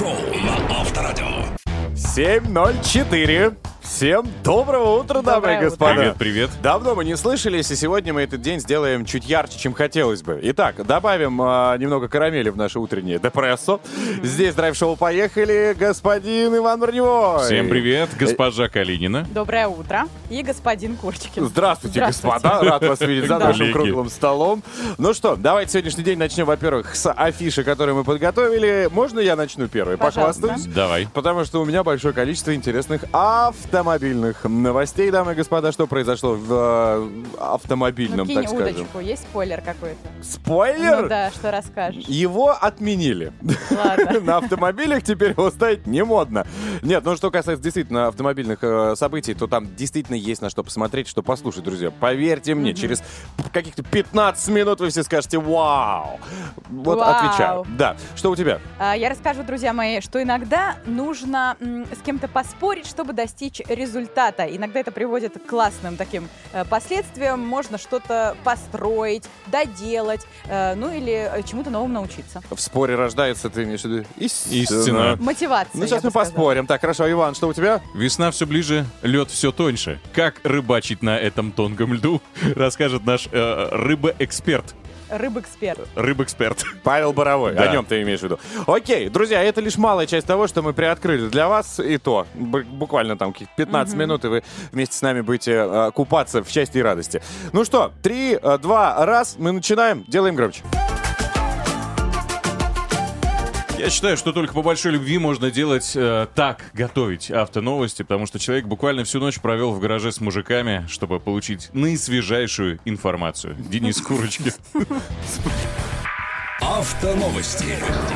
Драйв-шоу на Авторадио. 7:04. Всем доброго утра, дамы и господа. Привет, привет. Давно мы не слышались, и сегодня мы этот день сделаем чуть ярче, чем хотелось бы. Итак, добавим немного карамели в наше утреннее депрессо. Здесь драйв-шоу «Поехали», господин Иван Броневой. Всем привет, госпожа Калинина. Доброе утро. И господин Курчикин. Здравствуйте, господа. Рад вас видеть за нашим Коллеги. круглым столом. Ну что, давайте сегодняшний день начнем, во-первых, с афиши, которую мы подготовили. Можно я начну первый? Пожалуйста. Похвастаюсь? Давай. Потому что у меня большое количество интересных автомобильных новостей, дамы и господа. Что произошло в автомобильном, Кинь так скажем? удочку, есть спойлер какой-то? Спойлер? Ну да, что расскажешь? Его отменили. Ладно. На автомобилях теперь его ставить не модно. Нет, ну что касается действительно автомобильных событий, то там действительно есть на что посмотреть, что послушать, друзья. Поверьте мне, через каких-то 15 минут вы все скажете «Вау!». Вот Вау. отвечаю. Да. Что у тебя? Я расскажу, друзья мои, что иногда нужно с кем-то поспорить, чтобы достичь результата. Иногда это приводит к классным таким последствиям. Можно что-то построить, доделать, ну или чему-то новому научиться. В споре рождается, ты имеешь в виду? Истина. Мотивация. Ну, сейчас я мы бы сказала. поспорим. Так, хорошо, Иван, что у тебя? Весна все ближе, лед все тоньше. Как рыбачить на этом тонком льду, расскажет наш рыба-эксперт. Рыбэксперт. Рыбэксперт. Павел Боровой, Да. о нем ты имеешь в виду. Окей, друзья, это лишь малая часть того, что мы приоткрыли для вас, и то буквально там каких-то 15 минут, и вы вместе с нами будете купаться в счастье и радости. Ну что, 3, 2, раз, мы начинаем, делаем громче. Я считаю, что только по большой любви можно делать так, готовить автоновости, потому что человек буквально всю ночь провел в гараже с мужиками, чтобы получить наисвежайшую информацию. Денис Курочкин. Автоновости.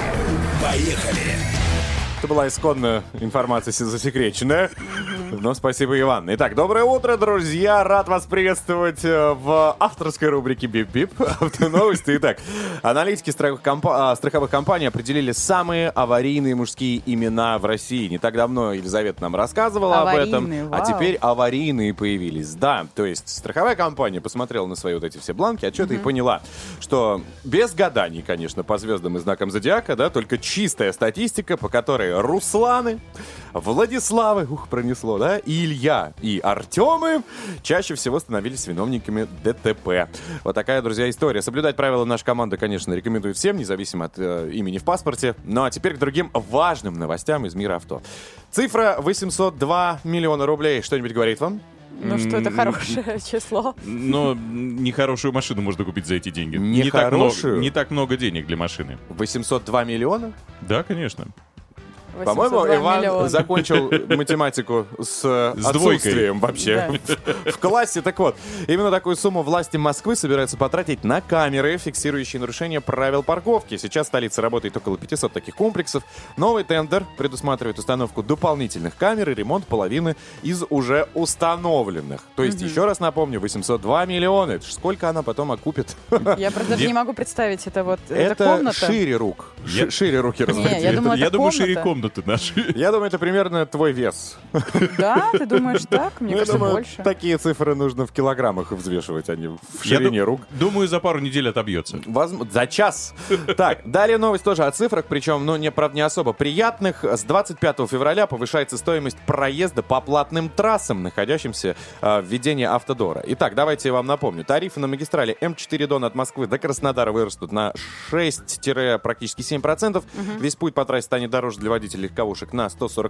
Поехали. Это была исконная информация засекреченная. Но спасибо, Иван. Итак, доброе утро, друзья. Рад вас приветствовать в авторской рубрике «Бип-бип». Автоновости. Итак, аналитики страховых компаний определили самые аварийные мужские имена в России. Не так давно Елизавета нам рассказывала об этом. Аварийные, А вау. теперь аварийные появились. Да, то есть страховая компания посмотрела на свои вот эти все бланки, отчеты и поняла, что без гаданий, конечно, по звездам и знакам зодиака, да, только чистая статистика, по которой Русланы, Владиславы, пронесло, да, и Илья, и Артемы чаще всего становились виновниками ДТП. Вот такая, друзья, история. Соблюдать правила наша команда, конечно, рекомендует всем, независимо от имени в паспорте. Ну а теперь к другим важным новостям из мира авто. Цифра 802 миллиона рублей. Что-нибудь говорит вам? Ну что, это хорошее число. Но нехорошую машину можно купить за эти деньги. Нехорошую? Не так много денег для машины. 802 миллиона? Да, конечно. По-моему, 802 Иван миллиона. закончил математику с отсутствием вообще в классе. Так вот, именно такую сумму власти Москвы собираются потратить на камеры, фиксирующие нарушения правил парковки. Сейчас в столице работает около 500 таких комплексов. Новый тендер предусматривает установку дополнительных камер и ремонт половины из уже установленных. То есть, еще раз напомню, 802 миллиона. Это ж сколько она потом окупит? Я просто даже не могу представить, это вот это Это комната. шире рук. Шире руки Не, разводить. я думала, Я это думаю, комната. шире комнаты наши. Я думаю, это примерно твой вес. Да, ты думаешь так? Мне Ну, я кажется, думаю, больше. такие цифры нужно в килограммах взвешивать, а не в ширине рук. Думаю, за пару недель отобьется. За час. Так, далее новость тоже о цифрах, причем, ну, правда, не особо приятных. С 25 февраля повышается стоимость проезда по платным трассам, находящимся в ведении Автодора. Итак, давайте я вам напомню. Тарифы на магистрали М4 Дон от Москвы до Краснодара вырастут на 6-практически 7%. Весь путь по трассе станет дороже для водителей легковушек на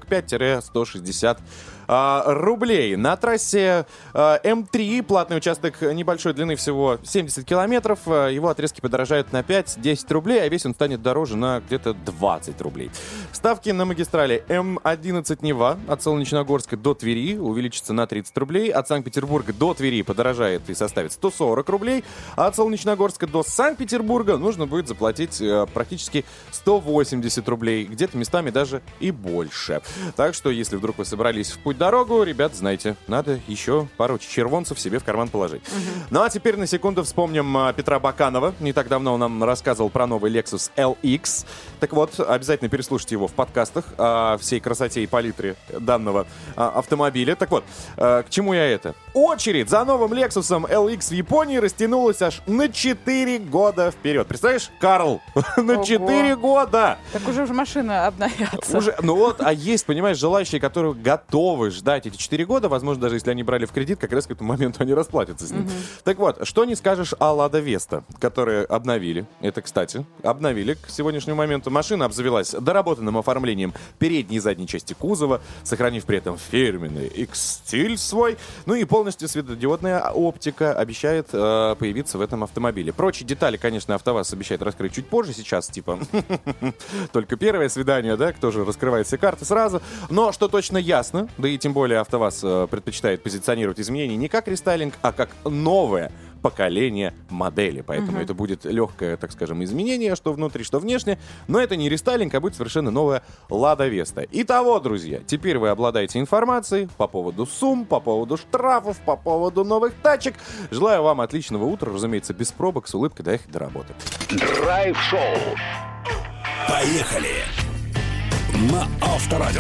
145-160 рублей. На трассе М3 платный участок небольшой длины, всего 70 километров. Его отрезки подорожают на 5-10 рублей, а весь он станет дороже на где-то 20 рублей. Ставки на магистрали М11 Нева от Солнечногорска до Твери увеличатся на 30 рублей. От Санкт-Петербурга до Твери подорожает и составит 140 рублей. А от Солнечногорска до Санкт-Петербурга нужно будет заплатить практически 180 рублей. Где-то местами даже и больше. Так что, если вдруг вы собрались в путь-дорогу, ребят, знайте, надо еще пару червонцев себе в карман положить. Ну а теперь на секунду вспомним Петра Баканова. Не так давно он нам рассказывал про новый Lexus LX. Так вот, обязательно переслушайте его в подкастах о всей красоте и палитре данного автомобиля. Так вот, к чему я это? Очередь за новым Lexus LX в Японии растянулась аж на 4 года вперед. Представляешь, Карл? На 4 года! Так уже машина дождаться. Уже, ну вот, а есть, понимаешь, желающие, которые готовы ждать эти 4 года. Возможно, даже если они брали в кредит, как раз к этому моменту они расплатятся с ним. Так вот, что не скажешь о Лада Веста, которые обновили. Это, кстати, обновили к сегодняшнему моменту. Машина обзавелась доработанным оформлением передней и задней части кузова, сохранив при этом фирменный X-стиль свой. Ну и полностью светодиодная оптика обещает появиться в этом автомобиле. Прочие детали, конечно, АвтоВАЗ обещает раскрыть чуть позже. Сейчас, типа, только первое свидание, да, кто же раскрывает все карты сразу. Но что точно ясно, да и тем более АвтоВАЗ предпочитает позиционировать изменения не как рестайлинг, а как новое поколение модели. Поэтому это будет легкое, так скажем, изменение, что внутри, что внешне. Но это не рестайлинг, а будет совершенно новая Лада Веста. Итого, друзья, теперь вы обладаете информацией по поводу сумм, по поводу штрафов, по поводу новых тачек. Желаю вам отличного утра, разумеется, без пробок, с улыбкой доехать до работы. Драйв-шоу. Поехали. На Авторадио.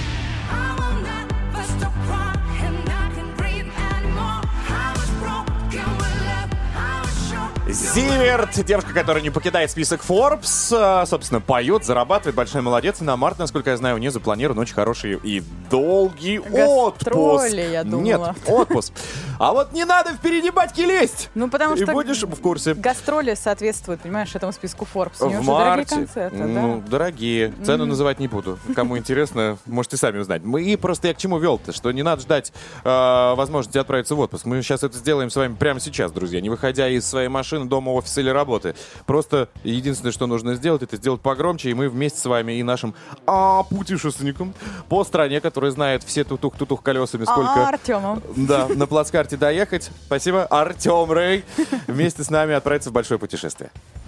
Зиверт, девушка, которая не покидает список Forbes, собственно, поет, зарабатывает, большой молодец. И на март, насколько я знаю, у нее запланирован очень хороший и долгий отпуск. Гастроли, я думала. Нет, отпуск. А вот не надо впереди батьки лезть. Ну, потому что и будешь в курсе. Гастроли соответствуют, понимаешь, этому списку Forbes. У него В же дорогие марте. концерты, Ну, да. дорогие. Цену называть не буду. Кому интересно, можете сами узнать. И просто я к чему вел-то, что не надо ждать возможности отправиться в отпуск. Мы сейчас это сделаем с вами прямо сейчас, друзья, не выходя из своей машины, дома, офиса или работы. Просто единственное, что нужно сделать, это сделать погромче, и мы вместе с вами и нашим путешественникам по стране, которая знает все тутух колесами, сколько... Артемом. Да, на плацкарте доехать. Спасибо. Артем Рэй вместе с нами отправится в большое путешествие.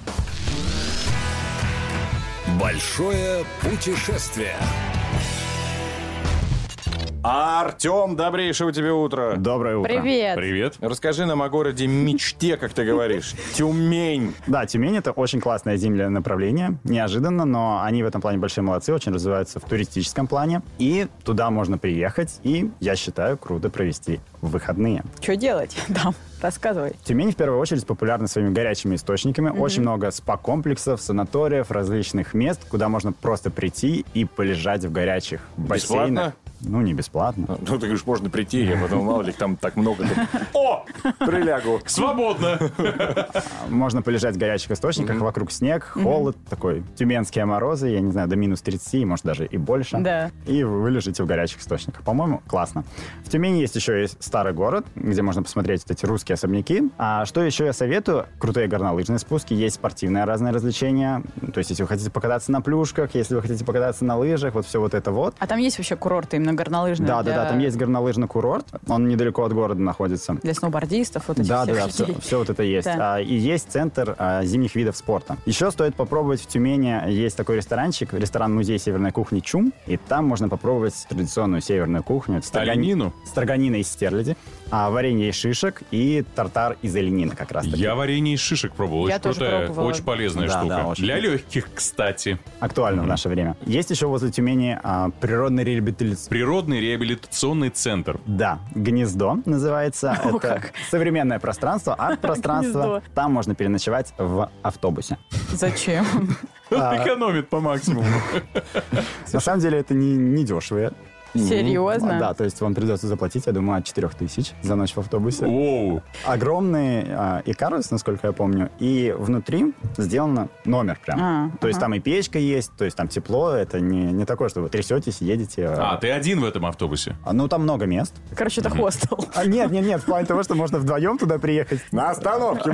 Большое путешествие. Артем, добрейшего тебе утра. Доброе утро. Привет. Привет. Расскажи нам о городе мечте, как ты говоришь. Тюмень. Да, Тюмень — это очень классное зимнее направление. Неожиданно, но они в этом плане большие молодцы, очень развиваются в туристическом плане. И туда можно приехать и, я считаю, круто провести выходные. Что делать? Да, рассказывай. Тюмень в первую очередь популярна своими горячими источниками. Очень много спа-комплексов, санаториев, различных мест, куда можно просто прийти и полежать в горячих бассейнах. Бесплатно? Ну, не бесплатно. Ну, ты говоришь, можно прийти, я потом, мало ли, там так много. О, прилягу. Свободно. Можно полежать в горячих источниках, вокруг снег, холод, такой тюменские морозы, я не знаю, до минус 30, может, даже и больше. Да. И вы лежите в горячих источниках. По-моему, классно. В Тюмени есть еще и старый город, где можно посмотреть вот эти русские особняки. А что еще я советую? Крутые горнолыжные спуски, есть спортивные разные развлечения. То есть, если вы хотите покататься на плюшках, если вы хотите покататься на лыжах, вот все вот это вот. А там есть вообще курорты именно горнолыжные? Да, там есть горнолыжный курорт, он недалеко от города находится. Для сноубордистов, вот этих всех людей. все вот это есть. Да. И есть центр зимних видов спорта. Еще стоит попробовать в Тюмени, есть такой ресторанчик, ресторан-музей северной кухни «Чум», и там можно попробовать традиционную северную кухню. Это Оленину? Строганина из стерляди, варенье из шишек и тартар из оленины как раз таки. Я варенье из шишек пробовал. Я Очень тоже крутая, пробовала. очень полезная Да, штука. да, очень. Для легких, кстати. Актуально в наше время. Есть еще возле Тюмени природный реабилитационный... Природный реабилитационный центр. Да, «Гнездо» называется. О, Это как. современное пространство, арт-пространство. «Гнездо». Там можно переночевать в автобусе. Зачем? Он экономит по максимуму. На самом деле это не дешево. Серьезно? Да, то есть вам придется заплатить, я думаю, от 4000 за ночь в автобусе. Оу. Огромный икарус, насколько я помню, и внутри сделан номер прям. То есть там и печка есть, то есть там тепло, это не такое, что вы трясетесь, едете. Ты один в этом автобусе? Ну, там много мест. Короче, это хостел. Нет, в плане того, что можно вдвоем туда приехать. На остановке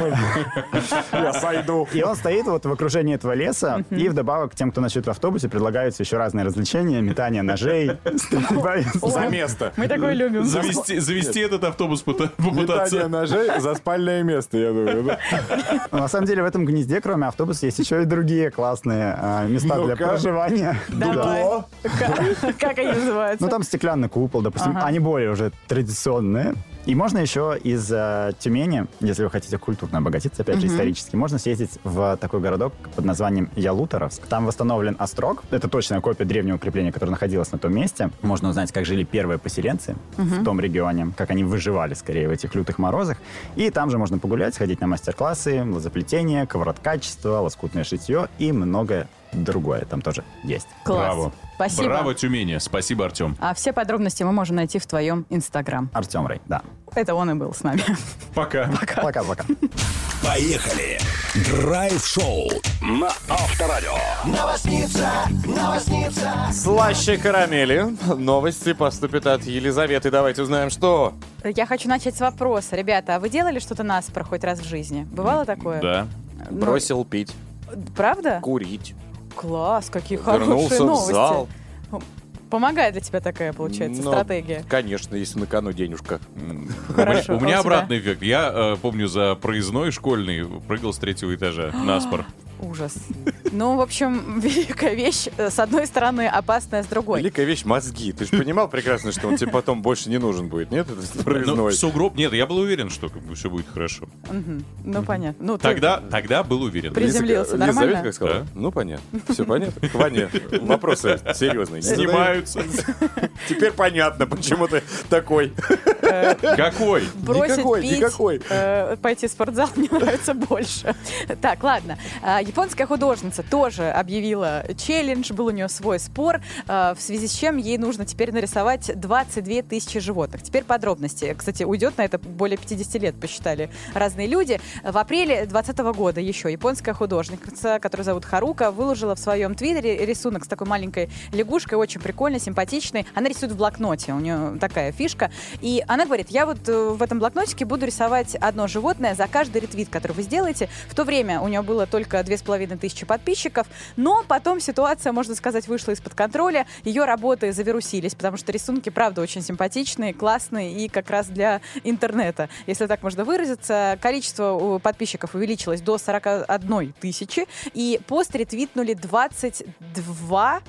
я сойду. И он стоит вот в окружении этого леса, и вдобавок тем, кто ночует в автобусе, предлагаются еще разные развлечения, метание ножей, За место. Мы такое любим. Завести этот автобус Метание попытаться. ножей за спальное место, я думаю. Да? На самом деле в этом гнезде, кроме автобуса, есть еще и другие классные места для Ну-ка. проживания. Давай. Как они называются? Ну, там стеклянный купол, допустим. Они более уже традиционные. И можно еще из Тюмени, если вы хотите культурно обогатиться, опять же, исторически, можно съездить в такой городок под названием Ялуторовск. Там восстановлен острог. Это точная копия древнего укрепления, которое находилось на том месте. Можно узнать, как жили первые поселенцы в том регионе, как они выживали, скорее, в этих лютых морозах. И там же можно погулять, сходить на мастер-классы, лозоплетение, ковроткачество, лоскутное шитье и многое другое там тоже есть. Класс. Браво. Спасибо. Браво, Тюмени. Спасибо, Артем. А все подробности мы можем найти в твоем Инстаграм. Артем Рэй, да. Это он и был с нами. Пока. Пока-пока. Поехали! Драйв-шоу на Авторадио. Слаще карамели. Новости поступят от Елизаветы. Давайте узнаем, что. Я хочу начать с вопроса. Ребята, а вы делали что-то наспор хоть раз в жизни? Бывало такое? Да. Ну, Бросил пить, правда? курить. Класс, какие Вернулся хорошие в новости. зал. Помогает для тебя такая, получается, Но, стратегия? Конечно, если на кону денежка. Хорошо. У меня А у тебя? обратный эффект. Я помню, за проездной школьный прыгал с 3-го этажа наспор. Ужас. Ну, в общем, великая вещь. С одной стороны, опасная, с другой. Великая вещь — мозги. Ты же понимал прекрасно, что он тебе потом больше не нужен будет, нет? Это Ну, проездной. в сугроб... Нет, я был уверен, что как бы все будет хорошо. Мгм. Ну, понятно. Ну, ты Тогда был уверен. Приземлился. Лизавета нормально? как сказала? Да. Ну, понятно. Все понятно. Ваня, вопросы серьезные. Снимаются. Теперь понятно, почему ты такой. Какой? Бросить Никакой, пить, никакой. пойти в спортзал мне нравится больше. Так, ладно. Японская художница тоже объявила челлендж, был у нее свой спор, в связи с чем ей нужно теперь нарисовать 22 тысячи животных. Теперь подробности. Кстати, уйдет на это более 50 лет, посчитали разные люди. В апреле 2020 года еще японская художница, которую зовут Харука, выложила в своем твиттере рисунок с такой маленькой лягушкой, очень прикольной, симпатичной. Она рисует в блокноте, у нее такая фишка. И она говорит, я вот в этом блокнотике буду рисовать одно животное за каждый ретвит, который вы сделаете. В то время у нее было только 2500 подписчиков, но потом ситуация, можно сказать, вышла из-под контроля. Ее работы завирусились, потому что рисунки, правда, очень симпатичные, классные и как раз для интернета. Если так можно выразиться, количество подписчиков увеличилось до 41 тысячи, и пост ретвитнули 22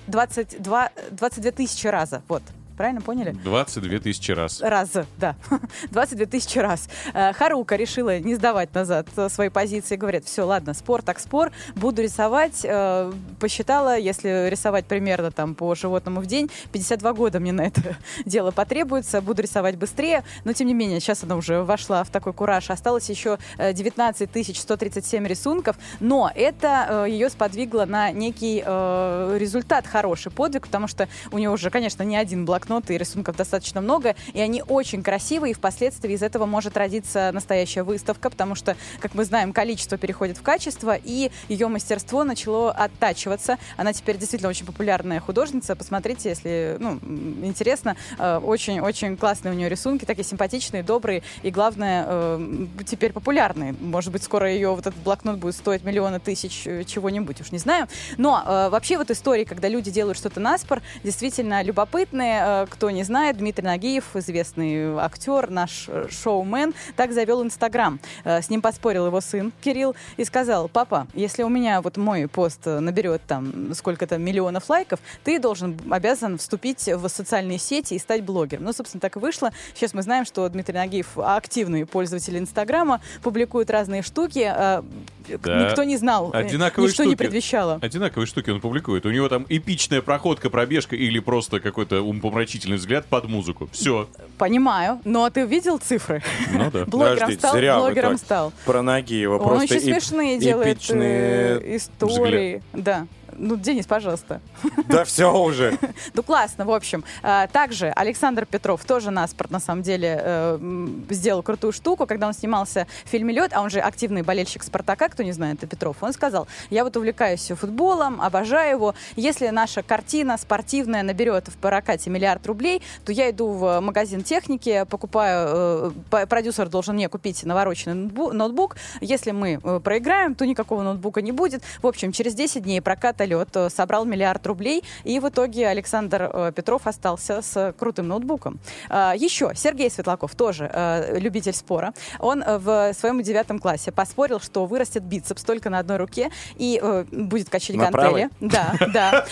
тысячи раза. Вот. Правильно поняли? 22 тысячи раз. Да. 22 тысячи раз. Харука решила не сдавать назад свои позиции. Говорит, все, ладно, спор так спор. Буду рисовать. Посчитала, если рисовать примерно там по животному в день, 52 года мне на это дело потребуется. Буду рисовать быстрее. Но, тем не менее, сейчас она уже вошла в такой кураж. Осталось еще 19 137 рисунков. Но это ее сподвигло на некий результат, хороший подвиг, потому что у нее уже, конечно, не один блокнот, и рисунков достаточно много, и они очень красивые, и впоследствии из этого может родиться настоящая выставка, потому что, как мы знаем, количество переходит в качество, и ее мастерство начало оттачиваться. Она теперь действительно очень популярная художница. Посмотрите, если интересно. Очень-очень классные у нее рисунки, такие симпатичные, добрые, и главное, теперь популярные. Может быть, скоро ее вот этот блокнот будет стоить миллионы тысяч чего-нибудь, уж не знаю. Но вообще вот истории, когда люди делают что-то наспор, действительно любопытные. Кто не знает, Дмитрий Нагиев, известный актер, наш шоумен, так завел Инстаграм. С ним поспорил его сын Кирилл и сказал: папа, если у меня вот мой пост наберет там сколько-то миллионов лайков, ты обязан вступить в социальные сети и стать блогером. Ну, собственно, так и вышло. Сейчас мы знаем, что Дмитрий Нагиев активный пользователь Инстаграма, публикует разные штуки. Да. Никто не знал, ничто не предвещало. Одинаковые штуки он публикует. У него там эпичная проходка, пробежка или просто какой-то умопомрачительный взгляд под музыку. Все. Понимаю, но ты видел цифры? Ну да. Блогером стал. Про Нагиева Он просто очень смешные делает эпичные истории. Да. Ну, Денис, пожалуйста. Да все уже. Ну, классно, в общем. Также Александр Петров, тоже наспорт, на самом деле, сделал крутую штуку, когда он снимался в фильме «Лед», а он же активный болельщик «Спартака», кто не знает, это Петров. Он сказал: я вот увлекаюсь футболом, обожаю его. Если наша картина спортивная наберет в прокате $1 миллиард, то я иду в магазин техники, покупаю, продюсер должен мне купить навороченный ноутбук. Если мы проиграем, то никакого ноутбука не будет. В общем, через 10 дней проката «Лед» собрал $1 миллиард, и в итоге Александр Петров остался с крутым ноутбуком. Еще Сергей Светлаков, тоже любитель спора, он в своем 9 классе поспорил, что вырастет бицепс только на одной руке и будет качать гантели. Да.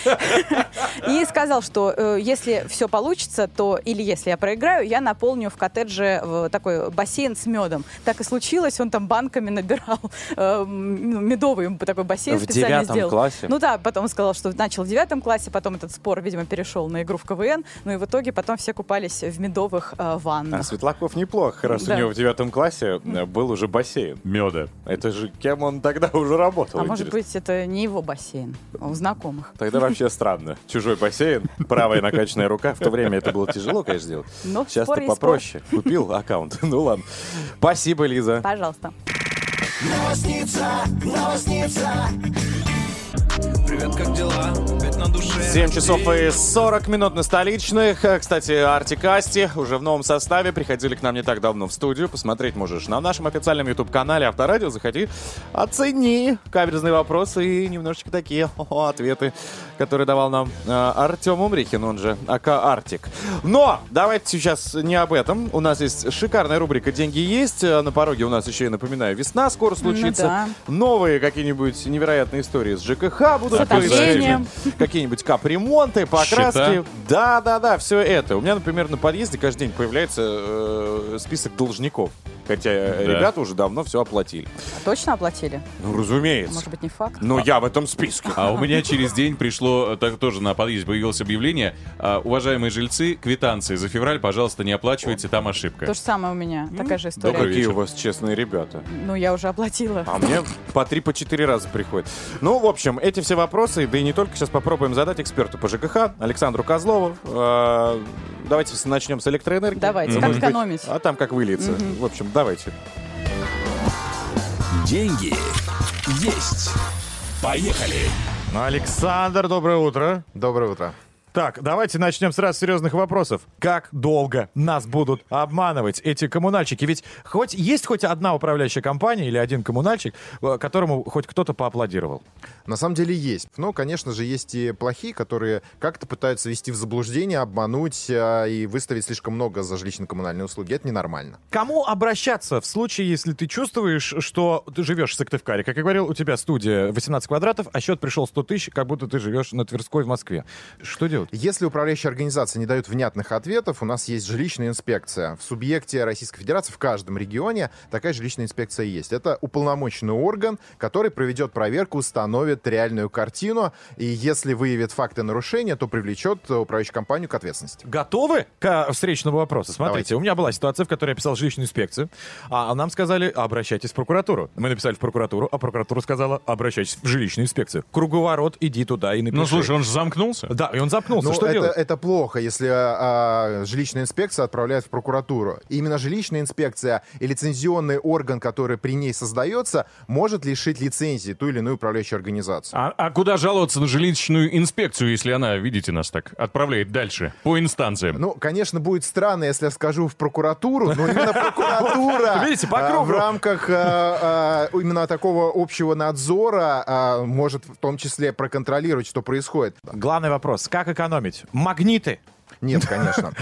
И сказал, что если все получится, то или если я проиграю, я наполню в коттедже такой бассейн с медом. Так и случилось, он там банками набирал медовый такой бассейн, в специально 9 сделал. классе? Ну да, потом сказал, что начал в 9 классе, потом этот спор, видимо, перешел на игру в КВН, ну и в итоге потом все купались в медовых ваннах. А Светлаков неплохо, раз Да. у него в 9 классе был уже бассейн. Меда. Это же кем он тогда уже работал? А может интересно? быть, это не его бассейн, а у знакомых. Тогда вообще странно. Чужой бассейн, правая накачанная рука. В то время это было тяжело, конечно, сделать. Но Сейчас-то спор есть попроще. Купил аккаунт. Ну ладно. Спасибо, Лиза. Пожалуйста. Привет, как дела? Опять на душе. 7 часов и 40 минут на столичных. Кстати, Артик Асти уже в новом составе. Приходили к нам не так давно в студию. Посмотреть можешь на нашем официальном YouTube-канале Авторадио. Заходи, оцени каверзные вопросы и немножечко такие ответы, которые давал нам Артем Умрихин, он же АК Артик. Но давайте сейчас не об этом. У нас есть шикарная рубрика «Деньги есть». На пороге у нас еще, я напоминаю, весна скоро случится. да. Новые какие-нибудь невероятные истории с ЖКХ будут С отоплением. происходить. Какие-нибудь капремонты, покраски. Да, все это. У меня, например, на подъезде каждый день появляется список должников. Хотя ребята уже давно все оплатили. Точно оплатили? Ну, разумеется. Может быть, не факт? Но я в этом списке. А у меня через день пришло, так тоже на подъезде появилось объявление: уважаемые жильцы, квитанции за февраль, пожалуйста, не оплачивайте, там ошибка. То же самое у меня. Такая же Да история. Добрый какие вечер. у вас честные ребята. Ну, я уже оплатила. А мне по 3-4 раза приходит. Ну, в общем, эти все вопросы, да и не только, сейчас попробуем задать эксперту по ЖКХ, Александру Козлову. Давайте начнем с электроэнергии. Давайте, как Может быть, экономить? А там как выльется. В общем, давайте. Деньги есть. Поехали. Александр, доброе утро. Доброе утро. Так, давайте начнем сразу с серьезных вопросов. Как долго нас будут обманывать эти коммунальщики? Ведь есть хоть одна управляющая компания или один коммунальщик, которому хоть кто-то поаплодировал? На самом деле есть. Но, конечно же, есть и плохие, которые как-то пытаются ввести в заблуждение, обмануть и выставить слишком много за жилищно-коммунальные услуги. Это ненормально. Кому обращаться в случае, если ты чувствуешь, что ты живешь в Сыктывкаре? Как я говорил, у тебя студия 18 квадратов, а счет пришел 100 тысяч, как будто ты живешь на Тверской в Москве. Что делать? Если управляющая организация не дает внятных ответов, у нас есть жилищная инспекция. В субъекте Российской Федерации в каждом регионе такая жилищная инспекция есть. Это уполномоченный орган, который проведет проверку, установит реальную картину, и если выявит факты нарушения, то привлечет управляющую компанию к ответственности. Готовы к встречному вопросу? Смотрите, Давайте. у меня была ситуация, в которой я писал в жилищную инспекцию, а нам сказали, обращайтесь в прокуратуру. Мы написали в прокуратуру, а прокуратура сказала, обращайтесь в жилищную инспекцию. Круговорот, иди туда и напиши. Ну, слушай, он же замкнулся. Да, и он запнулся. Ну, Что делать? это плохо, если жилищная инспекция отправляет в прокуратуру. И именно жилищная инспекция и лицензионный орган, который при ней создается, может лишить лицензии ту или иную управляющую организацию. А куда жаловаться на жилищную инспекцию, если она, видите, нас так отправляет дальше, по инстанциям? Ну, конечно, будет странно, если я скажу в прокуратуру, но именно прокуратура Видите, по кругу. в рамках именно такого общего надзора может в том числе проконтролировать, что происходит. Главный вопрос, как экономить? Магниты. Нет, конечно.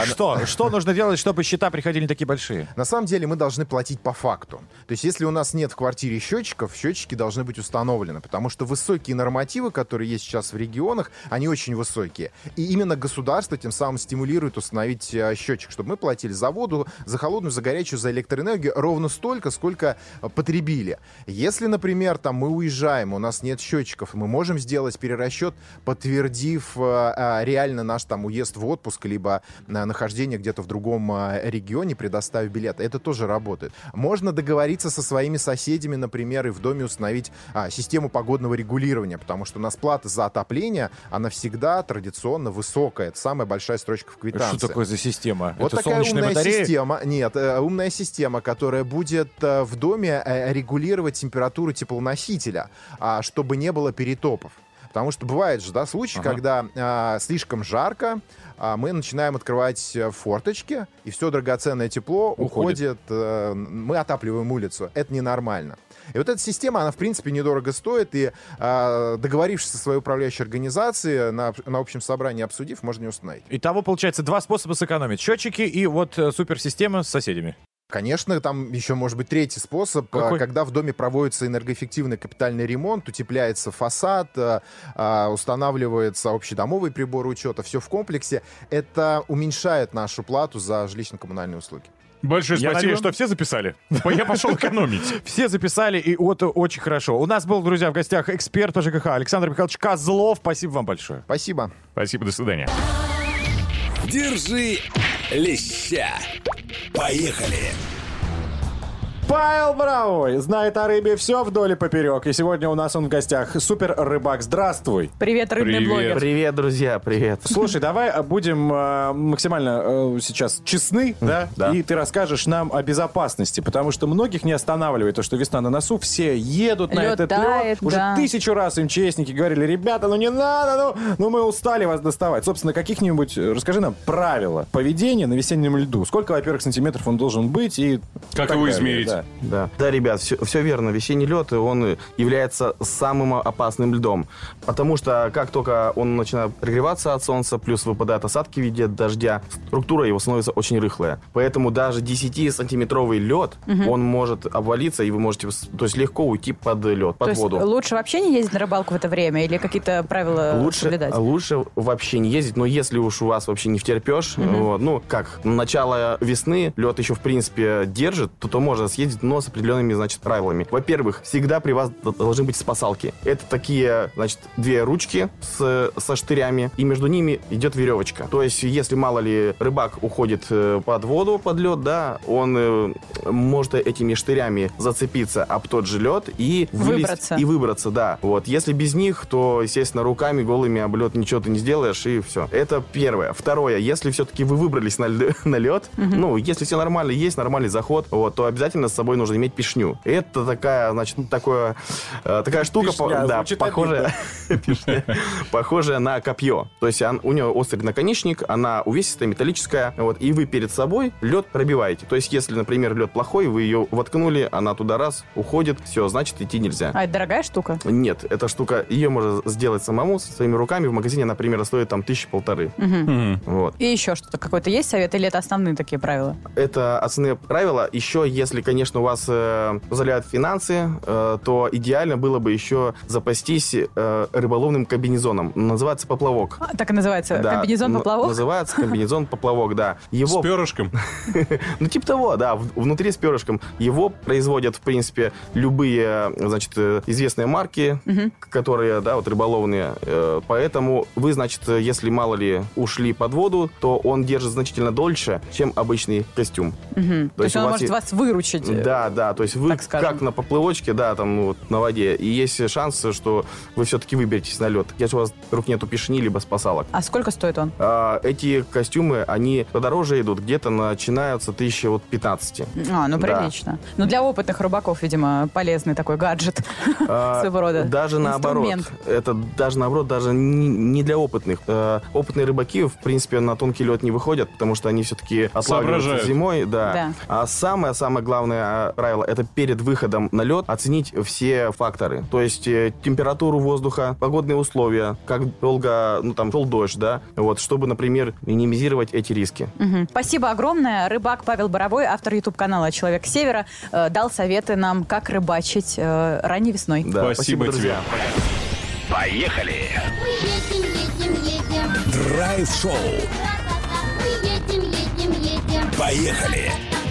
Что нужно делать, чтобы счета приходили не такие большие? На самом деле мы должны платить по факту. То есть если у нас нет в квартире счетчиков, счетчики должны быть установлены, потому что высокие нормативы, которые есть сейчас в регионах, они очень высокие. И именно государство тем самым стимулирует установить счетчик, чтобы мы платили за воду, за холодную, за горячую, за электроэнергию ровно столько, сколько потребили. Если, например, там мы уезжаем, у нас нет счетчиков, мы можем сделать перерасчет, подтвердив реально наш там уезд в отпуск, либо нахождение где-то в другом регионе, предоставив билет. Это тоже работает. Можно договориться со своими соседями, например, и в доме установить систему погодного регулирования, потому что у нас плата за отопление, она всегда традиционно высокая. Это самая большая строчка в квитанции. Что такое за система? Вот Это такая солнечная умная батарея? система. Нет, умная система, которая будет в доме регулировать температуру теплоносителя, чтобы не было перетопов. Потому что бывает же, да, случай, когда слишком жарко, мы начинаем открывать форточки, и все драгоценное тепло уходит, мы отапливаем улицу. Это ненормально. И вот эта система, она, в принципе, недорого стоит, и договорившись со своей управляющей организацией, на общем собрании обсудив, можно ее установить. Итого, получается, два способа сэкономить. Счетчики и вот суперсистема с соседями. Конечно, там еще может быть третий способ, Какой? когда в доме проводится энергоэффективный капитальный ремонт, утепляется фасад, устанавливается общедомовый прибор учета, все в комплексе. Это уменьшает нашу плату за жилищно-коммунальные услуги. Большое Я спасибо, надеюсь, что все записали. Я пошел экономить. Все записали, и это очень хорошо. У нас был, друзья, в гостях эксперт по ЖКХ Александр Михайлович Козлов. Спасибо вам большое. Спасибо. Спасибо, до свидания. Держи леща. Поехали. Павел Боровой знает о рыбе все вдоль и поперек. И сегодня у нас он в гостях. Супер рыбак. Здравствуй. Привет, рыбный Привет. блогер. Привет, друзья, привет. Слушай, давай будем максимально сейчас честны, да? Да. И ты расскажешь нам о безопасности, потому что многих не останавливает то, что весна на носу, все едут на Лёд этот тает, лед. Уже да. 1000 раз МЧСники говорили: ребята, ну не надо, ну мы устали вас доставать. Собственно, каких-нибудь, расскажи нам правила поведения на весеннем льду. Сколько, во-первых, сантиметров он должен быть и Как так его далее, измерить? да. Да, ребят, все верно. Весенний лед, он является самым опасным льдом. Потому что как только он начинает прогреваться от солнца, плюс выпадают осадки в виде дождя, структура его становится очень рыхлая. Поэтому даже 10-сантиметровый лед, он может обвалиться, и вы можете, то есть, легко уйти под лед, под То есть воду. лучше вообще не ездить на рыбалку в это время или какие-то правила соблюдать? Лучше вообще не ездить, но если уж у вас вообще не втерпешь, вот, ну, как, начало весны, лед еще, в принципе, держит, то можно съездить, но с определенными, значит, правилами. Во-первых, всегда при вас должны быть спасалки. Это такие, значит, две ручки со штырями, и между ними идет веревочка. То есть, если, мало ли, рыбак уходит под воду, под лед, да, он может этими штырями зацепиться об тот же лед и Выбраться. выбраться, да. Вот. Если без них, то, естественно, руками голыми об лед ничего ты не сделаешь, и все. Это первое. Второе, если все-таки вы выбрались на лед, ну, если все нормально, есть нормальный заход, вот, то обязательно с собой нужно иметь пишню. Это такая, значит, такая штука, Пишня, да, звучит похожая, похожая на копье. То есть у нее острый наконечник, она увесистая, металлическая, вот, и вы перед собой лед пробиваете. То есть, если, например, лед плохой, вы ее воткнули, она туда раз, уходит, все, значит, идти нельзя. А это дорогая штука? Нет, эта штука, ее можно сделать самому, своими руками. В магазине, например, стоит там 1500. Вот. И еще что-то какой-то есть совет или это основные такие правила? Это основные правила. Еще, если, конечно, у вас позволяют финансы, то идеально было бы еще запастись рыболовным комбинезоном. Называется поплавок. Так и называется? Да, Комбинезон-поплавок? Называется комбинезон-поплавок, да. С перышком. Ну, типа того, да, внутри с перышком. Его производят, в принципе, любые, значит, известные марки, которые, да, вот рыболовные. Поэтому вы, значит, если, мало ли, ушли под воду, то он держит значительно дольше, чем обычный костюм. То есть он может вас выручить. Да, то есть вы так скажем. как на поплывочке, да, там вот на воде, и есть шанс, что вы все-таки выберетесь на лед, если у вас вдруг нету пишни, либо спасалок. А сколько стоит он? Эти костюмы, они подороже идут, где-то начинаются 1015. Ну Да. прилично. Но для опытных рыбаков, видимо, полезный такой гаджет своего рода. Даже наоборот. инструмент. Это даже наоборот, даже не для опытных. Опытные рыбаки, в принципе, на тонкий лед не выходят, потому что они все-таки отлавливаются Соображают. зимой. Да. Да. А самое главное правило, это перед выходом на лед оценить все факторы. То есть температуру воздуха, погодные условия, как долго, ну, там, шел дождь, да, вот, чтобы, например, минимизировать эти риски. Спасибо огромное. Рыбак Павел Боровой, автор YouTube-канала «Человек Севера», дал советы нам, как рыбачить ранней весной. Да, Спасибо друзья. тебе. Поехали. Мы едем. Драйв-шоу. Мы едем. Поехали.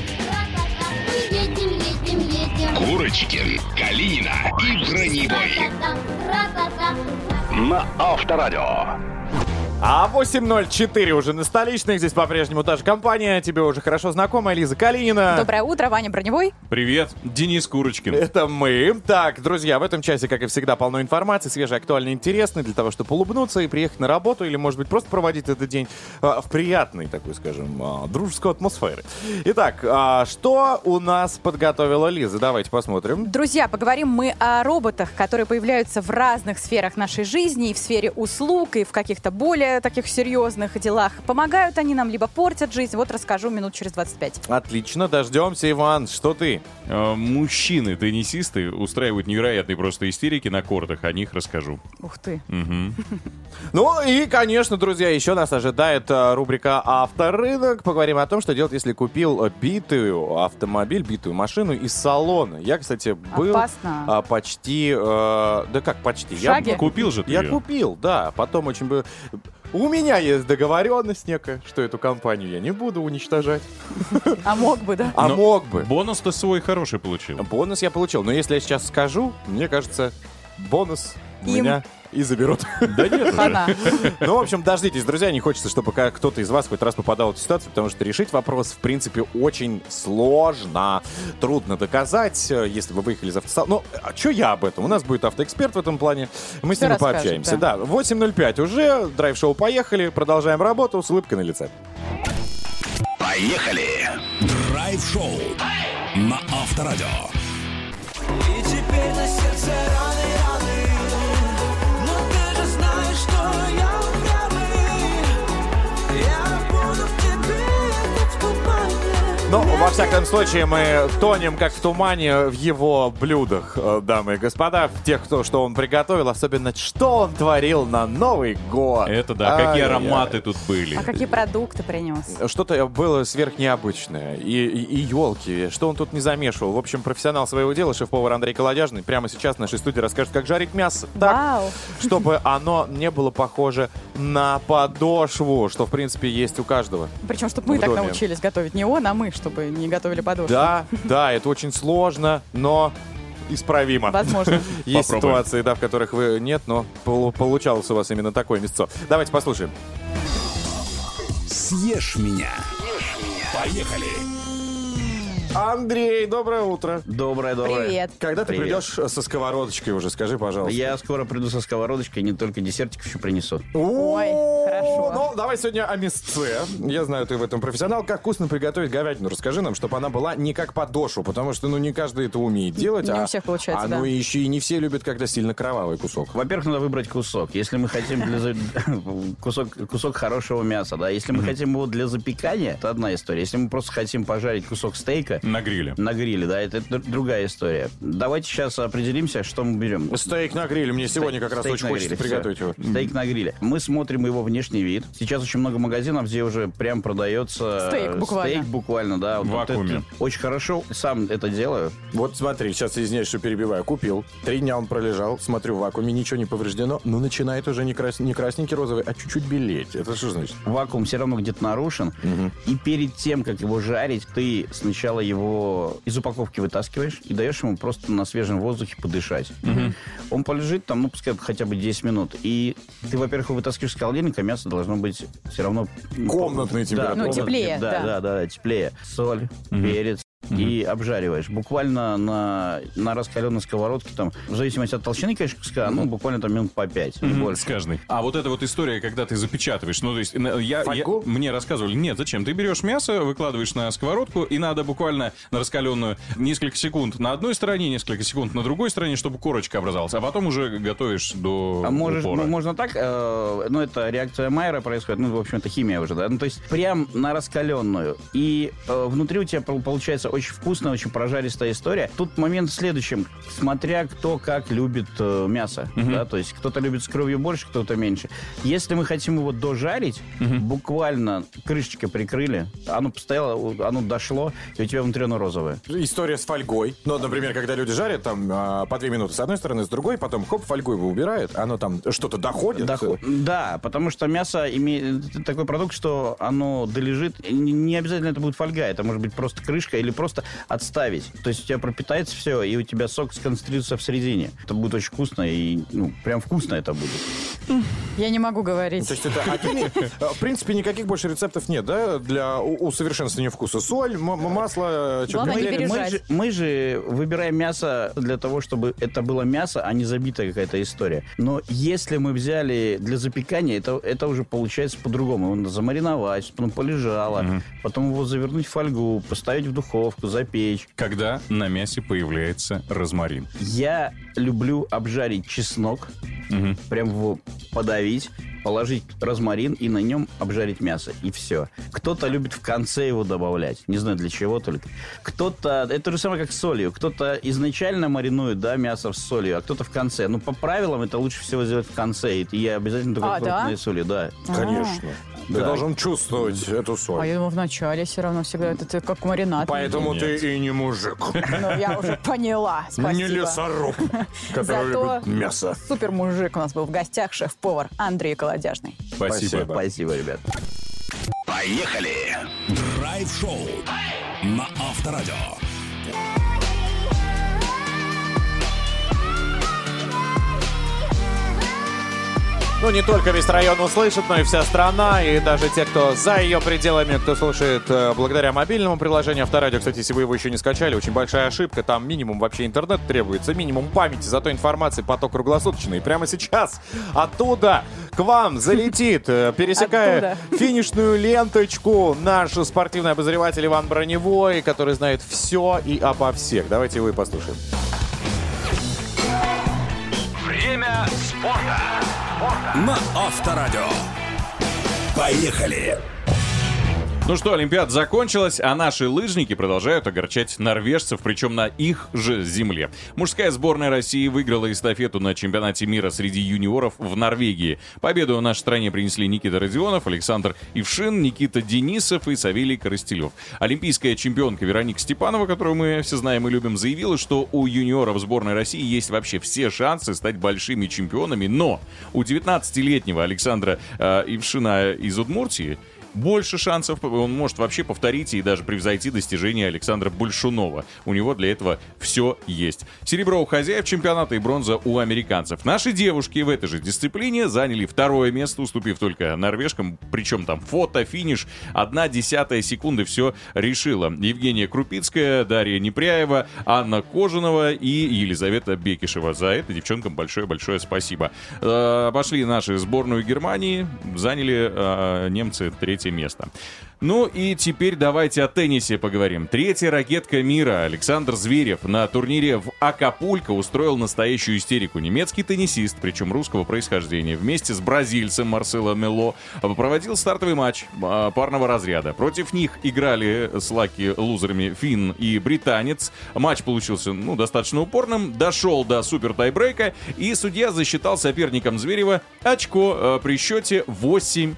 Мы едем. Курочкин, Калинина и Броневой. Ра-та-та. На Авторадио. А 8:04 уже на столичных. Здесь по-прежнему та же компания. Тебе уже хорошо знакомая Лиза Калинина. Доброе утро, Ваня Броневой. Привет, Денис Курочкин. Это мы. Так, друзья, в этом часе, как и всегда, полно информации, свежей, актуальной, интересной, для того, чтобы улыбнуться и приехать на работу, или, может быть, просто проводить этот день в приятной, такой, скажем, дружеской атмосфере. Итак, что у нас подготовила Лиза? Давайте посмотрим. Друзья, поговорим мы о роботах, которые появляются в разных сферах нашей жизни, и в сфере услуг, и в каких-то более таких серьезных делах. Помогают они нам, либо портят жизнь. Вот расскажу минут через 25. Отлично, дождемся, Иван. Что ты? Мужчины, теннисисты устраивают невероятные просто истерики на кортах. О них расскажу. Ух ты. Ну и, конечно, друзья, еще нас ожидает рубрика «Авторынок». Поговорим о том, что делать, если купил битую автомобиль, битую машину из салона. Я, кстати, был Опасно. почти... да как почти? В шаге? Купил же ты Я ее. купил, да. Потом очень бы... У меня есть договоренность некая, что эту компанию я не буду уничтожать. А мог бы, да? А мог бы. Бонус-то свой хороший получил. Бонус я получил, но если я сейчас скажу, мне кажется, бонус у Им. меня и заберут. Да нет. Хана. Ну, в общем, дождитесь, друзья, не хочется, чтобы кто-то из вас хоть раз попадал в эту ситуацию, потому что решить вопрос, в принципе, очень сложно. Трудно доказать, если вы выехали из автосалона. Ну, а что я об этом? У нас будет автоэксперт в этом плане. Мы с Всё ним расскажет, пообщаемся. да. Да, 8:05 уже, драйв-шоу поехали, продолжаем работу с улыбкой на лице. Поехали! Драйв-шоу на Авторадио. И теперь на сердце раны. Но ты же знаешь, что я упрямый. Я буду в тебе, как в тумане. Ну, во всяком случае, мы тонем, как в тумане, в его блюдах, дамы и господа, в тех, что он приготовил, особенно, что он творил на Новый год. Это да, какие Ай-яй-яй. ароматы тут были. А какие продукты принес? Что-то было сверхнеобычное. И елки, что он тут не замешивал. В общем, профессионал своего дела, шеф-повар Андрей Колодяжный, прямо сейчас в нашей студии расскажет, как жарить мясо. Так, Вау. чтобы оно не было похоже на подошву, что, в принципе, есть у каждого. Причем, чтобы мы В так доме. научились готовить. Не он, а мы, чтобы не готовили подошву. Да, это очень сложно, но исправимо. Возможно. Есть Попробуем. ситуации, да, в которых вы нет, но получалось у вас именно такое мясцо. Давайте послушаем. Съешь меня. Поехали! Андрей, доброе утро. Доброе. Привет. Когда ты Привет. придешь со сковородочкой уже, скажи, пожалуйста. Я скоро приду со сковородочкой, не только десертик еще принесу. Ой, хорошо. Ну, давай сегодня о мясце. Я знаю, ты в этом профессионал. Как вкусно приготовить говядину? Расскажи нам, чтобы она была не как подошву, потому что, не каждый это умеет делать. Не у всех получается, да. Ну, и еще и не все любят, когда сильно кровавый кусок. Во-первых, надо выбрать кусок. Если мы хотим кусок хорошего мяса, да. Если мы хотим его для запекания, это одна история. Если мы просто хотим пожарить кусок стейка На гриле. на гриле, да, это другая история. Давайте сейчас определимся, что мы берем. Стейк на гриле. Мне сегодня как раз Стейк очень на хочется гриле, приготовить всё. его. Стейк на гриле. Мы смотрим его внешний вид. Сейчас очень много магазинов, где уже прям продается Стейк буквально. Стейк буквально, да. В вакууме. это очень хорошо. Сам это делаю. Вот смотри, сейчас, извиняюсь, что перебиваю. Купил. 3 дня он пролежал. Смотрю, в вакууме ничего не повреждено. Но начинает уже не красненький розовый, а чуть-чуть белеть. Это что значит? Вакуум все равно где-то нарушен. И перед тем, как его жарить, ты сначала его из упаковки вытаскиваешь и даешь ему просто на свежем воздухе подышать. Он полежит там, пускай хотя бы 10 минут. И ты, во-первых, его вытаскиваешь с холодильника, мясо должно быть все равно... Комнатной температуры. Ну, теплее, Да, теплее. Соль, перец. И обжариваешь. Буквально на раскаленной сковородке, там, в зависимости от толщины, конечно, куска, буквально там минут по 5, не больше. С каждой. А вот эта вот история, когда ты запечатываешь, ну, то есть, Фольгу? мне рассказывали, нет, зачем? Ты берешь мясо, выкладываешь на сковородку, и надо буквально на раскаленную несколько секунд на одной стороне, несколько секунд на другой стороне, чтобы корочка образовалась, а потом уже готовишь до упора. Можно так, это реакция Майера происходит, в общем, это химия уже, да, то есть прям на раскаленную, и внутри у тебя получается очень вкусная, очень прожаристая история. Тут момент в следующем, смотря кто как любит мясо, да, то есть кто-то любит с кровью больше, кто-то меньше. Если мы хотим его дожарить, буквально крышечкой прикрыли, оно постояло, оно дошло, и у тебя внутри оно розовое. История с фольгой. Ну, например, когда люди жарят там по 2 минуты с одной стороны, с другой, потом хоп, фольгу его убирают, оно там что-то доходит. Да, потому что мясо имеет такой продукт, что оно долежит. Не обязательно это будет фольга, это может быть просто крышка или просто отставить. То есть у тебя пропитается все, и у тебя сок сконцентрируется в середине. Это будет очень вкусно, и прям вкусно это будет. Я не могу говорить. То есть это отдельный... В принципе, никаких больше рецептов нет, да, для усовершенствования вкуса. Соль, масло, Главное, не перец. пережать. Мы же выбираем мясо для того, чтобы это было мясо, а не забитая какая-то история. Но если мы взяли для запекания, это уже получается по-другому. Его замариновать, чтобы оно полежало, потом его завернуть в фольгу, поставить в духовку, запечь. Когда на мясе появляется розмарин. Я люблю обжарить чеснок, прям его подавить, положить розмарин и на нем обжарить мясо. И все. Кто-то любит в конце его добавлять. Не знаю, для чего только. Кто-то... Это то же самое, как с солью. Кто-то изначально маринует, да, мясо с солью, а кто-то в конце. По правилам это лучше всего сделать в конце. И я обязательно только крупной солью, да. Конечно. Ты должен чувствовать эту А соль. я думаю, в начале все равно всегда это как маринад. Поэтому Нет. ты и не мужик. Ну, я уже поняла. Не Спасибо. лесоруб, который Зато любит мясо. супер мужик у нас был в гостях, шеф-повар Андрей Колодяжный. Спасибо. Спасибо, ребят. Поехали! Драйв-шоу на Авторадио. Ну, не только весь район услышит, но и вся страна, и даже те, кто за ее пределами, кто слушает благодаря мобильному приложению Авторадио. Кстати, если вы его еще не скачали, очень большая ошибка. Там минимум вообще интернет требуется, минимум памяти, зато информации поток круглосуточный. И прямо сейчас оттуда к вам залетит, пересекая финишную ленточку, наш спортивный обозреватель Иван Броневой, который знает все и обо всех. Давайте его и послушаем. Время спорта. На Авторадио. Поехали! Ну что, Олимпиада закончилась, а наши лыжники продолжают огорчать норвежцев, причем на их же земле. Мужская сборная России выиграла эстафету на чемпионате мира среди юниоров в Норвегии. Победу нашей стране принесли Никита Родионов, Александр Ившин, Никита Денисов и Савелий Коростелев. Олимпийская чемпионка Вероника Степанова, которую мы все знаем и любим, заявила, что у юниоров сборной России есть вообще все шансы стать большими чемпионами, но у 19-летнего Александра Ившина из Удмуртии больше шансов, он может вообще повторить и даже превзойти достижения Александра Большунова. У него для этого все есть. Серебро у хозяев чемпионата и бронза у американцев. Наши девушки в этой же дисциплине заняли второе место, уступив только норвежкам. Причем там фото, финиш, 1/10 секунды все решила. Евгения Крупицкая, Дарья Непряева, Анна Кожанова и Елизавета Бекишева. За это девчонкам большое-большое спасибо. Обошли наши сборную Германии, заняли немцы третье место. Ну и теперь давайте о теннисе поговорим. Третья ракетка мира Александр Зверев на турнире в Акапулько устроил настоящую истерику. Немецкий теннисист, причем русского происхождения, вместе с бразильцем Марсело Мело проводил стартовый матч парного разряда. Против них играли с лаки-лузерами финн и британец. Матч получился достаточно упорным, дошел до супер тайбрейка, и судья засчитал соперникам Зверева очко при счете 8-6.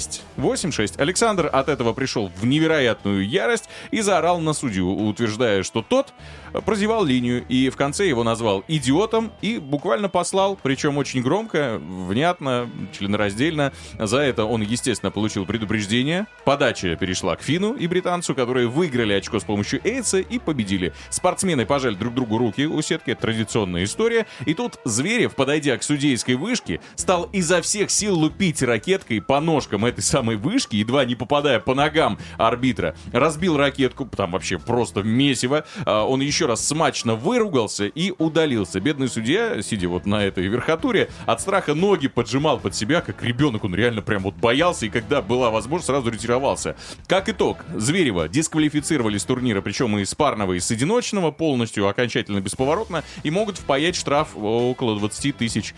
8-6. Александр от этого пришел в невероятную ярость и заорал на судью, утверждая, что тот прозевал линию, и в конце его назвал идиотом и буквально послал, причем очень громко, внятно, членораздельно. За это он, естественно, получил предупреждение. Подача перешла к финну и британцу, которые выиграли очко с помощью эйса и победили. Спортсмены пожали друг другу руки у сетки, это традиционная история. И тут Зверев, подойдя к судейской вышке, стал изо всех сил лупить ракеткой по ножкам этой самой вышки, едва не попадая по ногам арбитра. Разбил ракетку, там вообще просто месиво. Он еще раз смачно выругался и удалился. Бедный судья, сидя вот на этой верхотуре, от страха ноги поджимал под себя, как ребенок. Он реально прям вот боялся, и когда была возможность, сразу ретировался. Как итог, Зверева дисквалифицировали с турнира, причем и с парного, и с одиночного, полностью, окончательно, бесповоротно, и могут впаять штраф около $20 тысяч.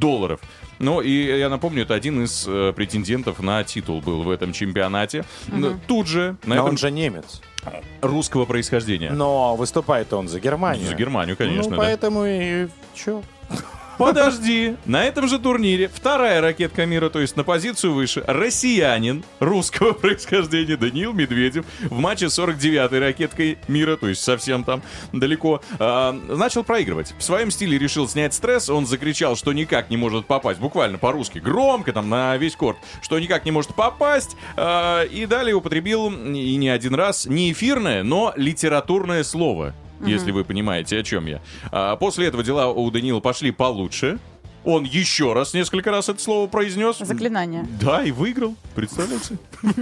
Ну, и я напомню, это один из претендентов на титул был в этом чемпионате. Тут же... Но он же немец. Русского происхождения. Но выступает он за Германию. За Германию, конечно, Ну, да. поэтому и... Чё? Подожди, на этом же турнире вторая ракетка мира, то есть на позицию выше, россиянин русского происхождения Даниил Медведев в матче с 49-й ракеткой мира, то есть совсем там далеко, начал проигрывать. В своем стиле решил снять стресс, он закричал, что никак не может попасть, буквально по-русски, громко там на весь корт, что никак не может попасть, и далее употребил, и не один раз, не эфирное, но литературное слово. Если вы понимаете, о чем я. После этого дела у Даниила пошли получше. Он еще раз, несколько раз это слово произнес. Заклинание. Да, и выиграл. Представляете?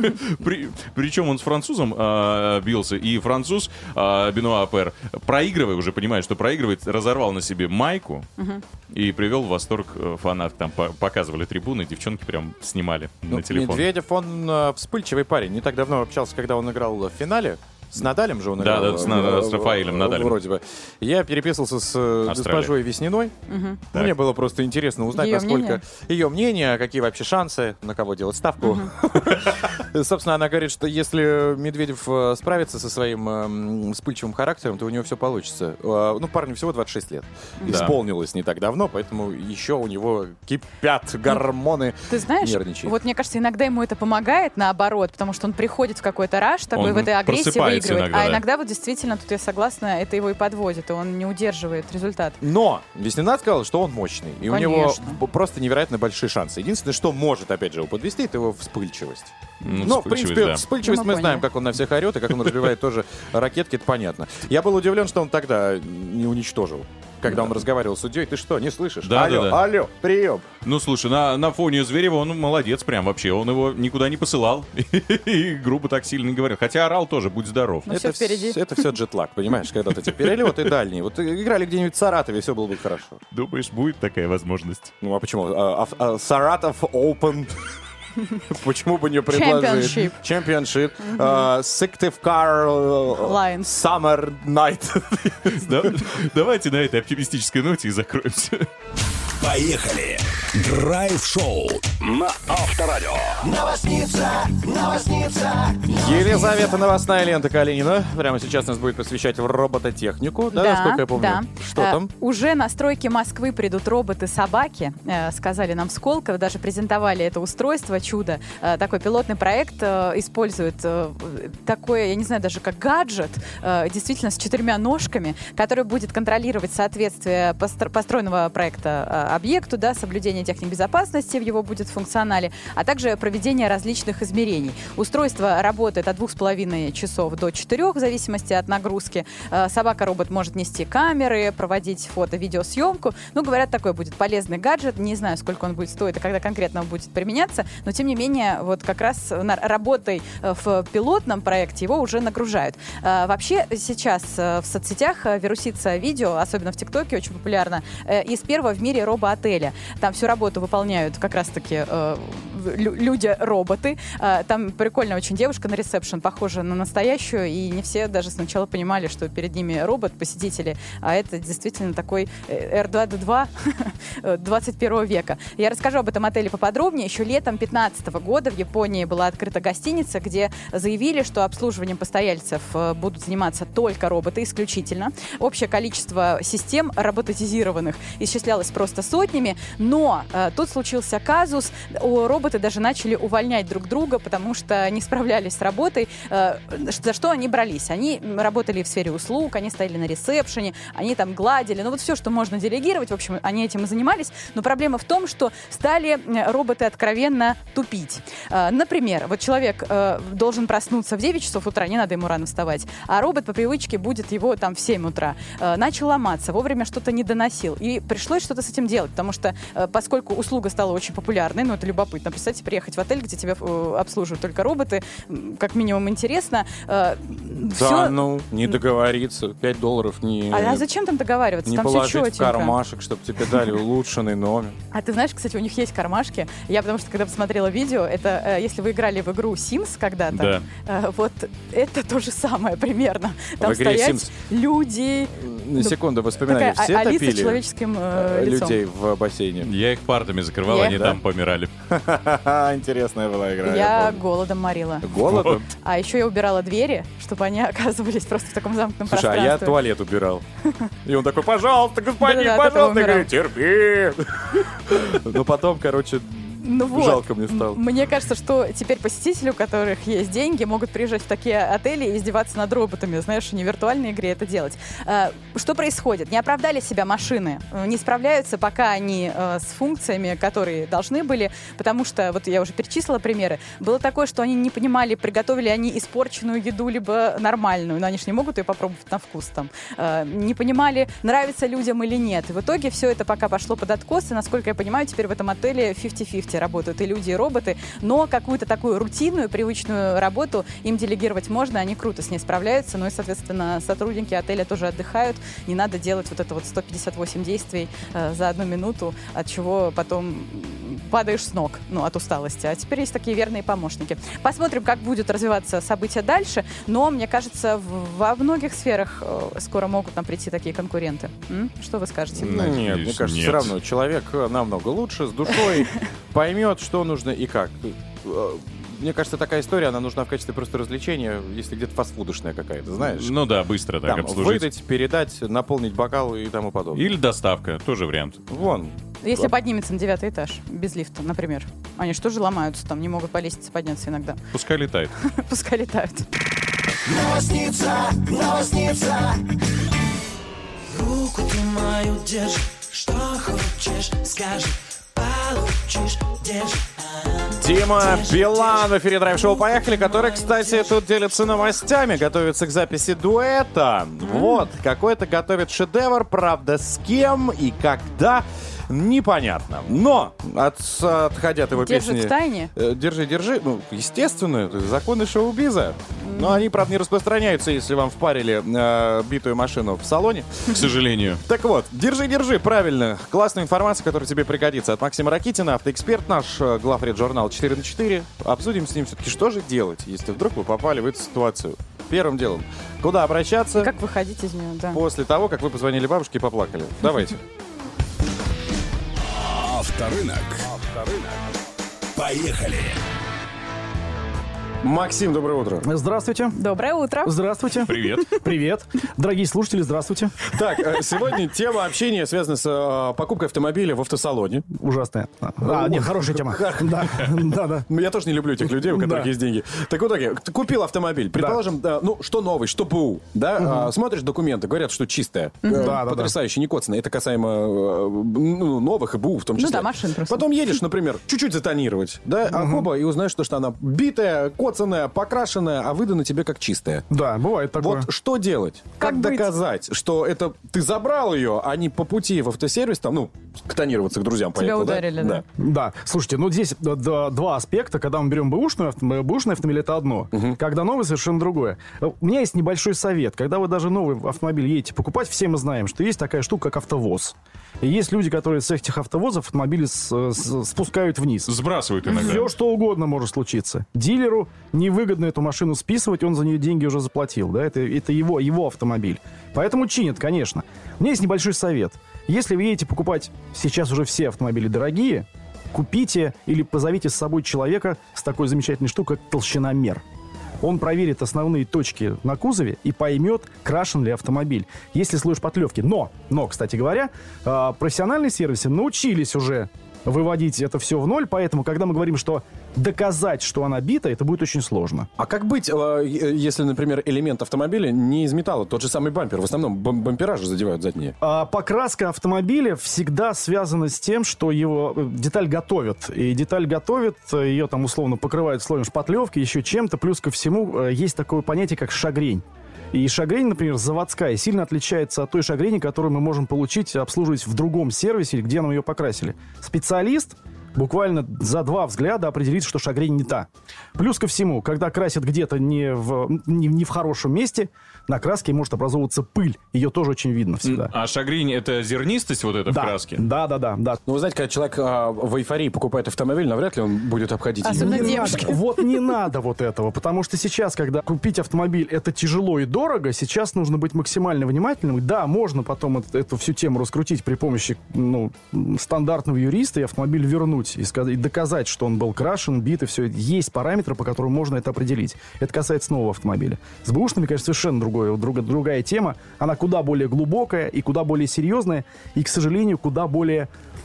Причем он с французом бился, и француз Бенуа Пер, проигрывая, уже понимает, что проигрывает, разорвал на себе майку и привел в восторг фанат. Там показывали трибуны, девчонки прям снимали на телефон. Медведев, он вспыльчивый парень. Не так давно общался, когда он играл в финале С Надалем же он Да, играл. с Рафаэлем Надалем. Вроде бы. Я переписывался с госпожой Весниной. Так. Мне было просто интересно узнать, Её насколько ее мнение, какие вообще шансы, на кого делать ставку. Собственно, она говорит, что если Медведев справится со своим вспыльчивым характером, то у него все получится. Ну, парню всего 26 лет. Да. Исполнилось не так давно, поэтому еще у него кипят гормоны. Ты знаешь, Нервничает. вот мне кажется, иногда ему это помогает, наоборот, потому что он приходит в какой-то раж, такой Он в этой агрессии просыпается выигрывает. иногда, А да. иногда вот действительно, тут я согласна, это его и подводит, и он не удерживает результат. Но Веснина сказала, что он мощный. И у него Конечно. просто невероятно большие шансы. Единственное, что может, опять же, его подвести, это его вспыльчивость. Ну, Но, в вспыльчивость, принципе, да. вспыльчивость Ну, мы мы знаем, поняли. как он на всех орет, и как он разбивает тоже ракетки, это понятно. Я был удивлен, что он тогда не уничтожил. Когда он разговаривал с судьей, ты что, не слышишь? Да, алло, да, да. алло, прием. Ну, слушай, на фоне Зверева он молодец прям вообще. Он его никуда не посылал. И грубо так сильно не говорил. Хотя орал тоже, будь здоров. Ну, всё впереди. Это все джетлаг, понимаешь, когда эти перелеты дальние. Вот играли где-нибудь в Саратове, все было бы хорошо. Думаешь, будет такая возможность? Ну а почему? Саратов Open. Почему бы не предложить? Championship. Championship. Сыктывкар Lions. Summer Night. Давайте на этой оптимистической ноте и закроемся. Поехали! Драйв-шоу на Авторадио. Елизавета, новостная лента Калинина. Прямо сейчас нас будет посвящать в робототехнику. Да, насколько я помню. Да. Что там? Уже на стройки Москвы придут роботы-собаки, сказали нам в Сколково, даже презентовали это устройство, чудо. Такой пилотный проект использует такое, я не знаю, даже как гаджет, действительно с 4 ножками, который будет контролировать соответствие построенного проекта объекту, да, соблюдение техник безопасности в его будет функционале, а также проведение различных измерений. Устройство работает от 2,5 часов до 4, в зависимости от нагрузки. Собака-робот может нести камеры, проводить фото-видеосъемку. Ну, говорят, такой будет полезный гаджет. Не знаю, сколько он будет стоить и когда конкретно он будет применяться, но, тем не менее, вот как раз работой в пилотном проекте его уже нагружают. Вообще, сейчас в соцсетях вирусится видео, особенно в ТикТоке, очень популярно, из первого в мире робо-отеля. Там всю работу выполняют как раз-таки люди-роботы. Там прикольная очень девушка на ресепшн, похожа на настоящую, и не все даже сначала понимали, что перед ними робот, посетители, а это действительно такой R2-D2 21 века. Я расскажу об этом отеле поподробнее. Еще летом 2015 года в Японии была открыта гостиница, где заявили, что обслуживанием постояльцев будут заниматься только роботы, исключительно. Общее количество систем роботизированных исчислялось просто сотнями, но тут случился казус, роботы даже начали увольнять друг друга, потому что не справлялись с работой. За что они брались? Они работали в сфере услуг, они стояли на ресепшене, они там гладили, ну вот все, что можно делегировать, в общем, они этим и занимались, но проблема в том, что стали роботы откровенно тупить. Например, вот человек должен проснуться в 9 часов утра, не надо ему рано вставать, а робот по привычке будет его там в 7 утра. Начал ломаться, вовремя что-то не доносил, и пришлось что-то с этим делать, потому что поскольку услуга стала очень популярной, ну это любопытно, представьте, приехать в отель, где тебя обслуживают только роботы, как минимум интересно. Да, Всё... ну, не договориться. $5 не... А зачем там договариваться? Не Там все положить в четенько. кармашек, чтобы тебе дали улучшенный номер. А ты знаешь, кстати, у них есть кармашки. Я потому что, когда посмотрела видео, это если вы играли в игру Sims когда-то, вот это то же самое примерно. Там В игре стоять Sims. люди... На секунду, воспоминания. Такая Все Алиса с топили человеческим лицом. людей в бассейне? Я их партами закрывал, Я они их- там помирали. Интересная была игра. Я помню. голодом морила. Голодом? А еще я убирала двери, чтобы они оказывались просто в таком замкнутом Слушай, а пространстве. я туалет убирал. И он такой, пожалуйста, господин, Да-да-да, ты пожалуйста. Я умирал. говорю, терпи. Но потом, короче, Ну вот. жалко мне стало. Мне кажется, что теперь посетители, у которых есть деньги, могут приезжать в такие отели и издеваться над роботами, знаешь, не в виртуальной игре это делать. Что происходит? Не оправдали себя машины, не справляются пока они с функциями, которые должны были, потому что, вот я уже перечислила примеры, было такое, что они не понимали, приготовили они испорченную еду, либо нормальную, но они же не могут ее попробовать на вкус там. Не понимали, нравится людям или нет. И в итоге все это пока пошло под откос, и, насколько я понимаю, теперь в этом отеле 50-50 работают и люди, и роботы, но какую-то такую рутинную, привычную работу им делегировать можно, они круто с ней справляются, ну и, соответственно, сотрудники отеля тоже отдыхают, не надо делать вот это вот 158 действий за 1 минуту, от чего потом падаешь с ног, от усталости. А теперь есть такие верные помощники. Посмотрим, как будут развиваться события дальше, но, мне кажется, во многих сферах скоро могут нам прийти такие конкуренты. Что вы скажете? Нет, мне кажется, все равно человек намного лучше, с душой, поймет, что нужно и как. Мне кажется, такая история, она нужна в качестве просто развлечения, если где-то фастфудошная какая-то, знаешь. Ну да, быстро так Там обслужить. выдать, передать, наполнить бокал и тому подобное. Или доставка, тоже вариант. Вон. Если поднимется на 9 этаж, без лифта, например. Они что же ломаются там, не могут по лестнице подняться иногда. Пускай летает. Пускай летают. Новосница. Руку ты мою держи, что хочешь, скажи, получишь, держи. Дима Билан в эфире драйв-шоу «Поехали», который, кстати, тут делится новостями, готовится к записи дуэта. Вот, какой-то готовит шедевр, правда, с кем и когда, непонятно. Но, отходя от его Держит песни... в тайне? Держи. Ну, естественно, это законы шоу-биза. Но они, правда, не распространяются, если вам впарили битую машину в салоне. К сожалению. Так вот, держи, правильно. Классная информация, которая тебе пригодится. От Максима Ракитина, автоэксперт наш, главред журнала 4/4. Обсудим с ним все-таки, что же делать, если вдруг вы попали в эту ситуацию. Первым делом, куда обращаться Как выходить из нее, да. после того, как вы позвонили бабушке и поплакали. Давайте. Авторынок. Поехали. Максим, доброе утро. Здравствуйте. Доброе утро. Здравствуйте. Привет. Привет. Дорогие слушатели, здравствуйте. Так, сегодня тема общения связана с покупкой автомобиля в автосалоне. Ужасная. Нет, хорошая тема. Да. Я тоже не люблю этих людей, у которых Да. есть деньги. Так вот, ты купил автомобиль, предположим, что новый, что БУ, да? Смотришь документы, говорят, что чистая, Да. потрясающе, не коцанная. Это касаемо новых и БУ в том числе. Ну да, машин просто. Потом едешь, например, чуть-чуть затонировать, да, хоба, и узнаешь, что она битая, коцанная, покрашенная, а выдана тебе как чистая. Да, бывает такое. Вот что делать? Как быть? доказать, что это ты забрал ее, а не по пути в автосервис, там, тонироваться к друзьям Тебя поехал, ударили, да? Да, слушайте, здесь два аспекта. Когда мы берем бэушный автомобиль, это одно. Когда новый, совершенно другое. У меня есть небольшой совет. Когда вы даже новый автомобиль едете покупать, все мы знаем, что есть такая штука, как автовоз. И есть люди, которые с этих автовозов автомобили спускают вниз. Сбрасывают иногда. Все, что угодно может случиться. Дилеру невыгодно эту машину списывать, он за нее деньги уже заплатил. Да? Это его автомобиль. Поэтому чинят, конечно. У меня есть небольшой совет. Если вы едете покупать, сейчас уже все автомобили дорогие, купите или позовите с собой человека с такой замечательной штукой, как толщиномер. Он проверит основные точки на кузове и поймет, крашен ли автомобиль. Есть ли слой шпатлевки. Но, кстати говоря, профессиональные сервисы научились уже выводить это все в ноль, поэтому, когда мы говорим, что доказать, что она бита, это будет очень сложно. А как быть, если, например, элемент автомобиля не из металла, тот же самый бампер? В основном бампера же задевают задние. Покраска автомобиля всегда связана с тем, что его деталь готовят. И деталь готовят, ее там условно покрывают слоем шпатлевки, еще чем-то. Плюс ко всему есть такое понятие, как шагрень. И шагрень, например, заводская, сильно отличается от той шагрени, которую мы можем получить, обслуживаясь в другом сервисе, где нам ее покрасили. Специалист буквально за 2 взгляда определит, что шагрень не та. Плюс ко всему, когда красят где-то не в хорошем месте, на краске может образовываться пыль. Ее тоже очень видно всегда. А шагрень — это зернистость вот эта в краске? Да. Ну, вы знаете, когда человек в эйфории покупает автомобиль, навряд ли он будет обходить ее. Особенно Не девушки. надо. Вот не надо вот этого, потому что сейчас, когда купить автомобиль это тяжело и дорого, сейчас нужно быть максимально внимательным. Да, можно потом эту всю тему раскрутить при помощи стандартного юриста и автомобиль вернуть и доказать, что он был крашен, бит и все. Есть параметры, по которым можно это определить. Это касается нового автомобиля. С бэушными, конечно, совершенно другая тема. Она куда более глубокая и куда более серьезная, и, к сожалению, куда более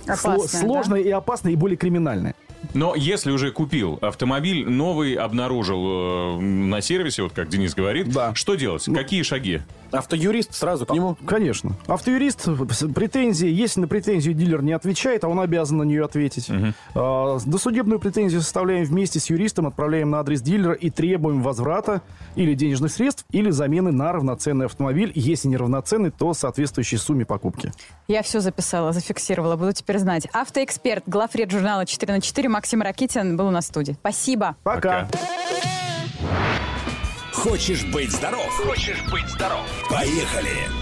сложная и опасная, и более криминальная. Но если уже купил автомобиль, новый обнаружил на сервисе, вот как Денис говорит, Да. что делать? Какие шаги? Автоюрист сразу к нему. Конечно. Автоюрист, претензии, если на претензию дилер не отвечает, а он обязан на нее ответить. Досудебную претензию составляем вместе с юристом, отправляем на адрес дилера и требуем возврата или денежных средств, или замены на равноценный автомобиль. Если не равноценный, то соответствующей сумме покупки. Я все записала, зафиксировала, буду теперь знать. Автоэксперт, главред журнала 4/4 Максим Ракитин был у нас в студии. Спасибо. Пока. Хочешь быть здоров? Поехали.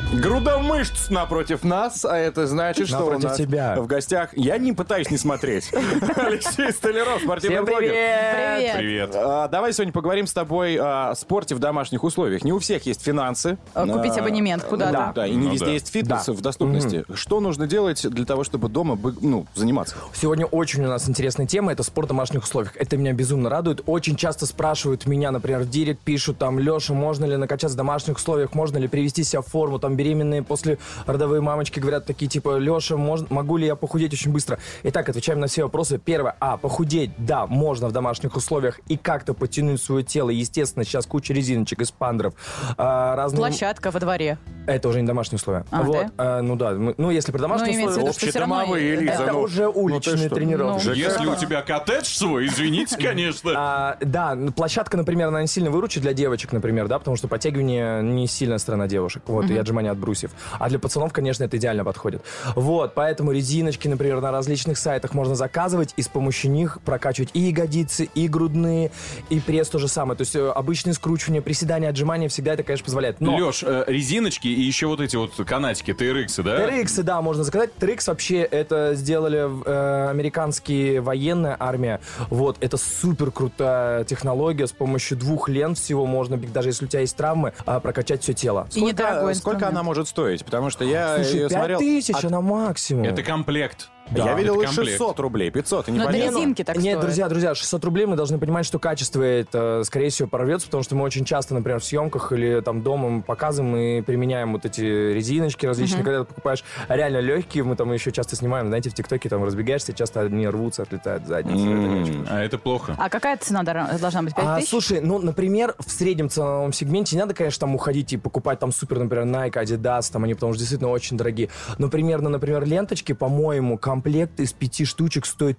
Груда мышц напротив нас, а это значит, что у Напротив нас тебя. в гостях... Я не пытаюсь не смотреть. Алексей Столяров, спортивный Всем блогер. привет! Привет. Давай сегодня поговорим с тобой о спорте в домашних условиях. Не у всех есть финансы. Купить абонемент куда-то. Да, и не Ну везде да. есть фитнес в доступности. Что нужно делать для того, чтобы дома заниматься? Сегодня очень у нас интересная тема, это спорт в домашних условиях. Это меня безумно радует. Очень часто спрашивают меня, например, в директ пишут, там, Леша, можно ли накачаться в домашних условиях, можно ли привести себя в форму, там, беременные после родовые мамочки говорят такие, типа, Леша, могу ли я похудеть очень быстро? Итак, отвечаем на все вопросы. Первое, похудеть, да, можно в домашних условиях и как-то потянуть свое тело. Естественно, сейчас куча резиночек, эспандеров, разные... Площадка во дворе. Это уже не домашние условия. А, вот. да? Ну да, если при домашних имеется в виду, условиях... что все равно... Общедомовые, Лиза, Это уже уличные что? тренировки. Ну. Если у тебя коттедж свой, извините, конечно. Да, площадка, например, она не сильно выручит для девочек, например, да, потому что подтягивание не сильная сторона девушек, вот, и отжимание от брусьев. А для пацанов, конечно, это идеально подходит. Вот, поэтому резиночки, например, на различных сайтах можно заказывать и с помощью них прокачивать и ягодицы, и грудные, и пресс то же самое. То есть обычные скручивания, приседания, отжимания всегда это, конечно, позволяет. Но... Леш, резиночки и еще вот эти вот канатики, TRX, да? TRX, да, можно заказать. TRX вообще это сделали американские военная армия. Вот, это супер крутая технология. С помощью 2 лент всего можно, даже если у тебя есть травмы, прокачать все тело. И недорогой Сколько инструмент. она может стоить? Потому что я Слушай, ее смотрел... 5000 она максимум. Это комплект. Я видел и это комплект. 600 рублей, 500, и Но это непонятно. резинки так Нет, стоят. друзья, 600 рублей мы должны понимать, что качество это, скорее всего, порвется, потому что мы очень часто, например, в съемках или там дома мы показываем и применяем вот эти резиночки различные, когда ты покупаешь реально легкие, мы там еще часто снимаем, знаете, в ТикТоке там разбегаешься, часто они рвутся, отлетают в задницу. Это не очень. А это плохо. А какая цена должна быть? 5000? Слушай, например, в среднем ценовом сегменте не надо, конечно, там уходить и покупать там супер, например, Nike, Adidas, там они потому что действительно очень дорогие. Но примерно, например, ленточки, по-моему, комплект из 5 штучек стоит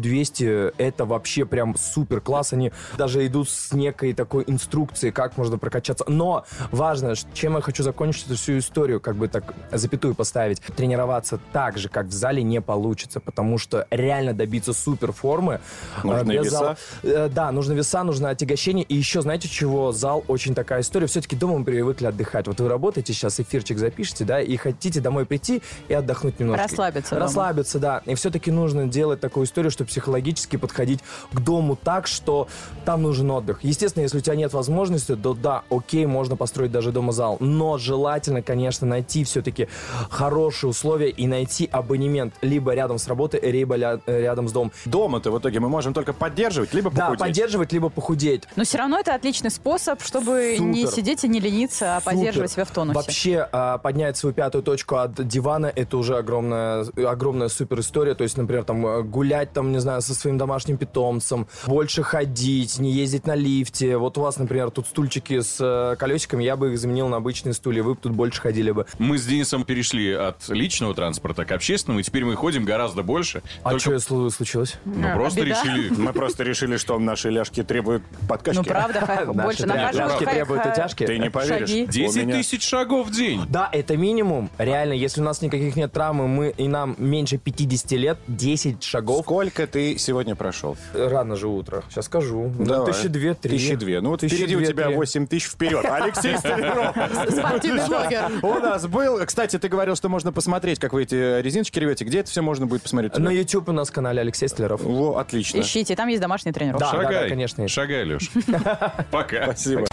1200. Это вообще прям супер класс. Они даже идут с некой такой инструкцией, как можно прокачаться. Но важно, чем я хочу закончить эту всю историю, как бы так запятую поставить. Тренироваться так же, как в зале, не получится, потому что реально добиться супер формы. Нужны без веса? зала- Да, нужно веса, нужно отягощение. И еще, знаете, чего зал очень такая история. Все-таки дома мы привыкли отдыхать. Вот вы работаете сейчас, эфирчик запишете, да, и хотите домой прийти и отдохнуть немножко. Расслабиться дома. Расслабиться, да. И все-таки нужно делать такую историю, чтобы психологически подходить к дому так, что там нужен отдых. Естественно, если у тебя нет возможности, то да, окей, можно построить даже дома зал. Но желательно, конечно, найти все-таки хорошие условия и найти абонемент либо рядом с работой, либо рядом с домом. Дома-то в итоге мы можем только поддерживать, либо Да, похудеть. поддерживать, либо похудеть. Но все равно это отличный способ, чтобы Супер. не сидеть и не лениться, а поддерживать себя в тонусе. Вообще, поднять свою пятую точку от дивана, это уже огромная супер история. То есть, например, там гулять, там, не знаю, со своим домашним питомцем, больше ходить, не ездить на лифте. Вот у вас, например, тут стульчики с колесиками, я бы их заменил на обычные стулья, вы бы тут больше ходили бы. Мы с Денисом перешли от личного транспорта к общественному, и теперь мы ходим гораздо больше. А что случилось? Мы просто беда. решили... Мы просто решили, что наши ляжки требуют подкачки. Ну, правда, больше Наши ляжки требуют утяжки. Ты не поверишь. Шаги. 10 тысяч шагов в день. Да, это минимум. Реально, если у нас никаких нет травм, и нам меньше 50 лет, 10 шагов. Сколько ты сегодня прошел? Рано же утро. Сейчас скажу. Давай. 1002-3. 1002. Ну вот впереди у тебя 8000 вперед. Алексей Столяров Спортивный блогер. у нас был. Кстати, ты говорил, что можно посмотреть, как вы эти резиночки ревете. Где это все можно будет посмотреть? На YouTube у нас в канале Алексей Столяров. Во, отлично. Ищите, там есть домашние тренировки. Да, Шагай, конечно, есть. шагай, Леш. Пока. Спасибо.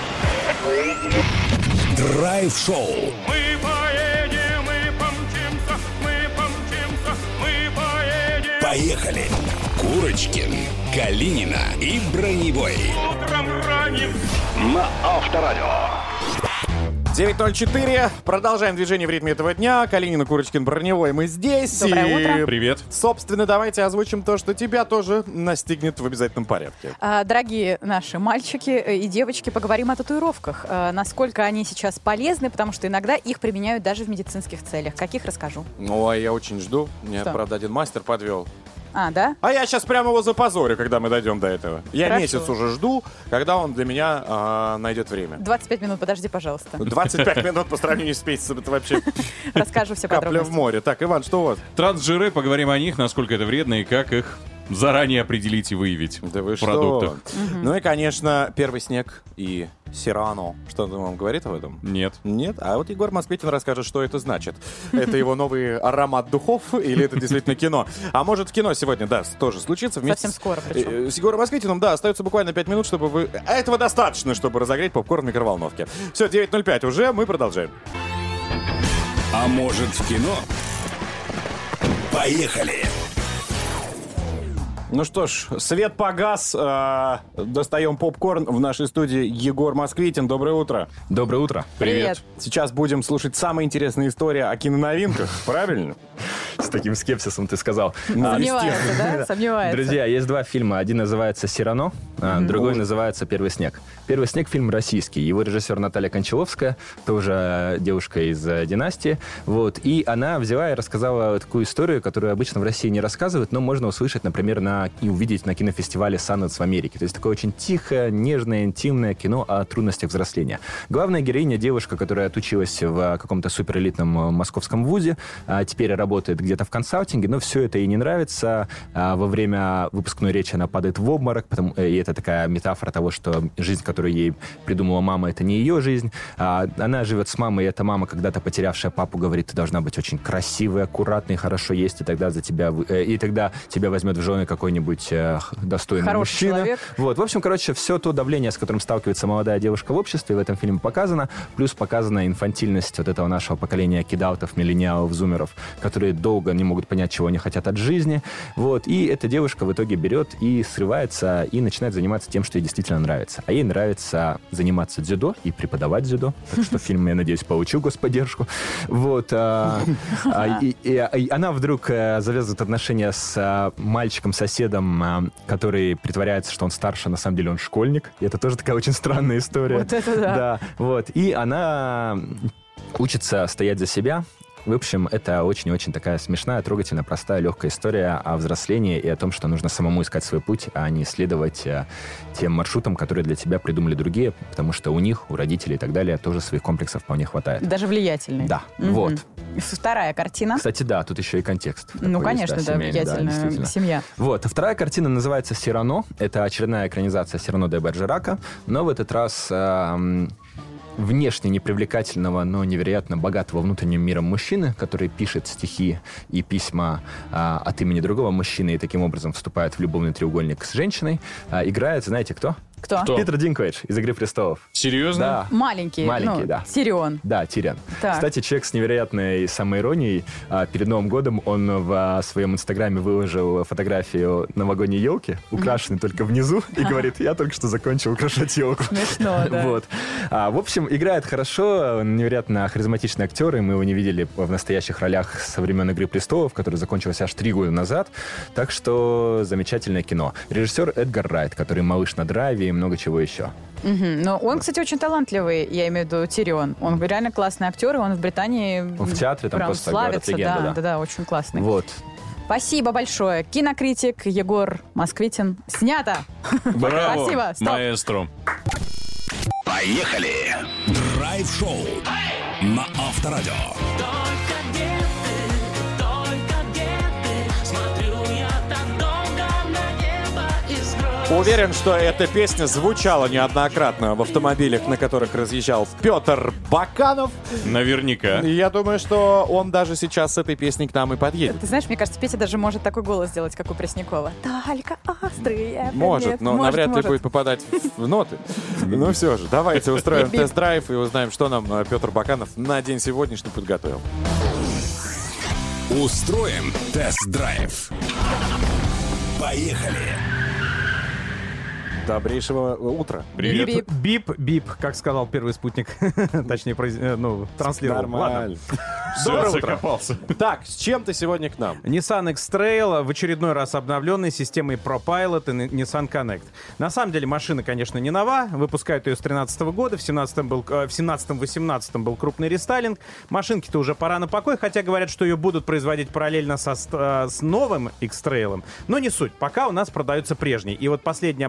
Драйв-шоу. Мы поедем, мы помчимся, мы поедем. Поехали. Курочкин, Калинина и Броневой. Утром ранним. На Авторадио. 9:04. Продолжаем движение в ритме этого дня. Калинин, Курочкин, Броневой. Мы здесь. Доброе И, утро. Привет. собственно, давайте озвучим то, что тебя тоже настигнет в обязательном порядке. Дорогие наши мальчики и девочки, поговорим о татуировках. Насколько они сейчас полезны, потому что иногда их применяют даже в медицинских целях. Каких, расскажу. Ой, я очень жду. Меня, Что? правда, один мастер подвел. А, да? А я сейчас прямо его запозорю, когда мы дойдем до этого. Я Хорошо. месяц уже жду, когда он для меня найдет время. 25 минут, подожди, пожалуйста. 25 минут по сравнению с месяцем, это вообще Расскажу все капля в подробности. море. Так, Иван, что у вас? Трансжиры, поговорим о них, насколько это вредно и как их заранее определить и выявить Да вы продуктах. что? Ну и, конечно, первый снег и Сирано. Что-то вам говорит об этом? Нет. Нет? А вот Егор Москвитин расскажет, что это значит. Это его новый аромат духов или это действительно кино? А может, в кино сегодня, да, тоже случится. Совсем скоро причем. С Егором Москвитиным, да, остается буквально 5 минут, чтобы вы... А этого достаточно, чтобы разогреть попкорн в микроволновке. Все, 9:05 уже, мы продолжаем. А может, в кино? Поехали! Ну что ж, свет погас, достаем попкорн. В нашей студии Егор Москвитин. Доброе утро. Доброе утро. Привет. Сейчас будем слушать самые интересные истории о киноновинках, правильно? С таким скепсисом ты сказал. Сомневается, да? Сомневается. Друзья, есть два фильма. Один называется «Сирано», другой называется «Первый снег». «Первый снег» — фильм российский. Его режиссер Наталья Кончаловская, тоже девушка из «Династии». Вот. И она взяла и рассказала такую историю, которую обычно в России не рассказывают, но можно услышать, например, и увидеть на кинофестивале «Саннетс» в Америке. То есть такое очень тихое, нежное, интимное кино о трудностях взросления. Главная героиня — девушка, которая отучилась в каком-то суперэлитном московском вузе, теперь работает где-то в консалтинге, но все это ей не нравится. Во время выпускной речи она падает в обморок, и это такая метафора того, что жизнь, которую ей придумала мама, это не ее жизнь. Она живет с мамой, и эта мама, когда-то потерявшая папу, говорит: ты должна быть очень красивой, аккуратной, хорошо есть, и тогда тебя возьмет в жены какой-нибудь достойный Хороший мужчина. человек. Вот, в общем, короче, все то давление, с которым сталкивается молодая девушка в обществе, в этом фильме показано, плюс показана инфантильность вот этого нашего поколения кидаутов, миллениалов, зумеров, которые долго не могут понять, чего они хотят от жизни. Вот, и эта девушка в итоге берет и срывается, и начинает заниматься тем, что ей действительно нравится. А ей нравится заниматься дзюдо и преподавать дзюдо. Так что фильм, я надеюсь, получил господдержку. Вот. И она вдруг завязывает отношения с мальчиком-соседом, который притворяется, что он старше, а на самом деле он школьник. И это тоже такая очень странная история. Вот это да. Да, вот. И она учится стоять за себя. В общем, это очень-очень такая смешная, трогательная, простая, легкая история о взрослении и о том, что нужно самому искать свой путь, а не следовать тем маршрутам, которые для тебя придумали другие, потому что у них, у родителей и так далее тоже своих комплексов вполне хватает. Даже влиятельный. Да, Мгм. вот. Вторая картина. Кстати, да, тут еще и контекст. Ну, такой есть, конечно, да, семейный, влиятельная действительно. семья. Вот. Вторая картина называется «Сирано». Это очередная экранизация Сирано де Бержерака, но в этот раз внешне непривлекательного, но невероятно богатого внутренним миром мужчины, который пишет стихи и письма от имени другого мужчины и таким образом вступает в любовный треугольник с женщиной, играет, знаете, кто? Кто? Питер Динклэйдж из «Игры престолов». Серьезно? Да. Маленький, да. Тирион. Да, Тирион. Так. Кстати, человек с невероятной самоиронией. Перед Новым годом он в своем инстаграме выложил фотографию новогодней елки, украшенной только внизу, и говорит: я только что закончил украшать елку. Смешно, да. Вот. В общем, играет хорошо, он невероятно харизматичный актер, и мы его не видели в настоящих ролях со времен «Игры престолов», которая закончилась аж 3 года назад. Так что замечательное кино. Режиссер Эдгар Райт, который «Малыш на драйве» и много чего еще. Мгм. Но он, кстати, очень талантливый, я имею в виду Тирион. Он реально классный актер, и он в Британии В театре там прям просто славится. говорят, легенда, да. Да, очень классный. Вот. Спасибо большое. Кинокритик Егор Москвитин. Снято! Браво, Спасибо. Стоп. маэстро. Поехали! Драйв-шоу на Авторадио. Уверен, что эта песня звучала неоднократно в автомобилях, на которых разъезжал Петр Баканов. Наверняка. И я думаю, что он даже сейчас с этой песней к нам и подъедет. Ты знаешь, мне кажется, Петя даже может такой голос сделать, как у Преснякова. Только острые. Может, но навряд ли может. будет попадать в ноты. Ну все же, давайте устроим Бип-бип. тест-драйв и узнаем, что нам Петр Баканов на день сегодняшний подготовил. Устроим тест-драйв. Поехали! Добрейшего утра. Привет. Бип-бип. Бип-бип, как сказал первый спутник. Точнее, транслировал. Нормально. Все, Доброе утро. закопался. Так, с чем ты сегодня к нам? Nissan X-Trail в очередной раз обновленный системой ProPilot и Nissan Connect. На самом деле машина, конечно, не нова. Выпускают ее с 2013 года. В 17-18 был крупный рестайлинг. Машинке-то уже пора на покой, хотя говорят, что ее будут производить параллельно с новым X-Trail. Но не суть. Пока у нас продаются прежние. И вот последнее обновление,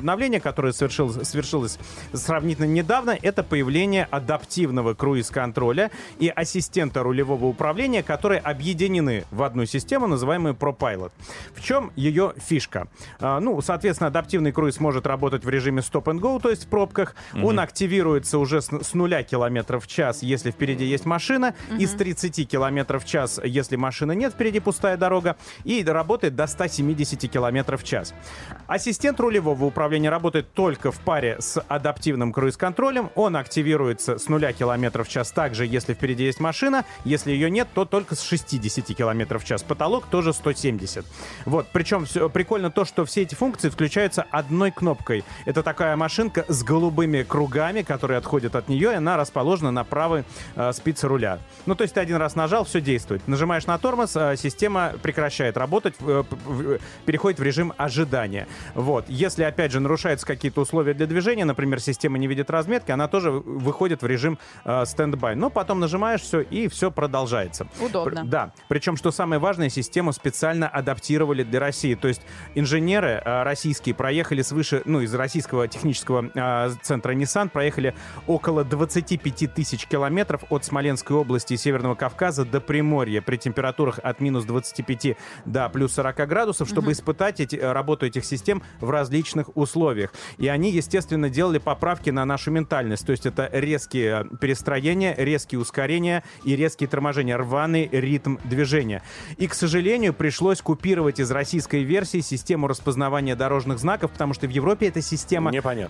которое свершилось сравнительно недавно, это появление адаптивного круиз-контроля и ассистента рулевого управления, которые объединены в одну систему, называемую ProPilot. В чем ее фишка? Соответственно, адаптивный круиз может работать в режиме stop-and-go, то есть в пробках. Он активируется уже с 0 км в час, если впереди есть машина, и с 30 км в час, если машины нет, впереди пустая дорога, и работает до 170 км в час. Ассистент рулевого управления работает только в паре с адаптивным круиз-контролем. Он активируется с 0 км в час также, если впереди есть машина. Если ее нет, то только с 60 км в час. Потолок тоже 170. Вот. Причем прикольно то, что все эти функции включаются одной кнопкой. Это такая машинка с голубыми кругами, которые отходят от нее, и она расположена на правой спице руля. То есть ты один раз нажал, все действует. Нажимаешь на тормоз, система прекращает работать, переходит в режим ожидания. Вот. Если, опять же, нарушаются какие-то условия для движения, например, система не видит разметки, она тоже выходит в режим стендбай. Но потом нажимаешь все, и все продолжается. Удобно. Да. Причем, что самое важное, систему специально адаптировали для России. То есть инженеры российские проехали свыше, из российского технического центра Nissan проехали около 25 тысяч километров от Смоленской области и Северного Кавказа до Приморья при температурах от минус 25 до плюс 40 градусов, чтобы испытать работу этих систем в различных условиях. И они, естественно, делали поправки на нашу ментальность. То есть это резкие перестроения, резкие ускорения и резкие торможения, рваный ритм движения. И, к сожалению, пришлось купировать из российской версии систему распознавания дорожных знаков, потому что в Европе эта система,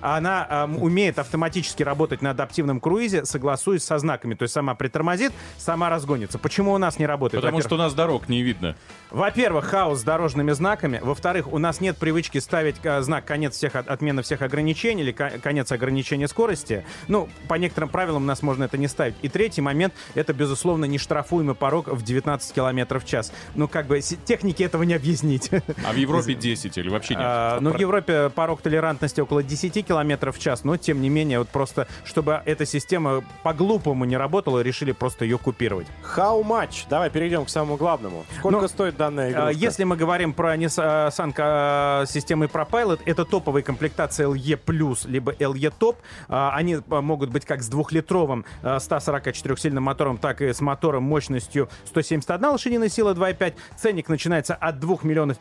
она умеет автоматически работать на адаптивном круизе, согласуясь со знаками. То есть сама притормозит, сама разгонится. Почему у нас не работает? Потому что у нас дорог не видно. Во-первых, хаос с дорожными знаками. Во-вторых, у нас нет привычки ставить знак отмена всех ограничений или конец ограничения скорости. По некоторым правилам у нас можно это не ставить. И третий момент, это, безусловно, нештрафуемый порог в 19 км в час. Технике этого не объяснить. А в Европе 10 или вообще нет? В Европе порог толерантности около 10 км в час, но, тем не менее, просто, чтобы эта система по-глупому не работала, решили просто ее купировать. How much? Давай перейдем к самому главному. Сколько стоит данная игрушка? Если мы говорим про Nissan системы ProPilot, это топовая комплектация LE+, либо LE Top. Они могут быть как с 2-литровым 144-сильным мотором, так и с мотором мощностью 171 лошадиная сила 2.5. Ценник начинается от 2 миллионов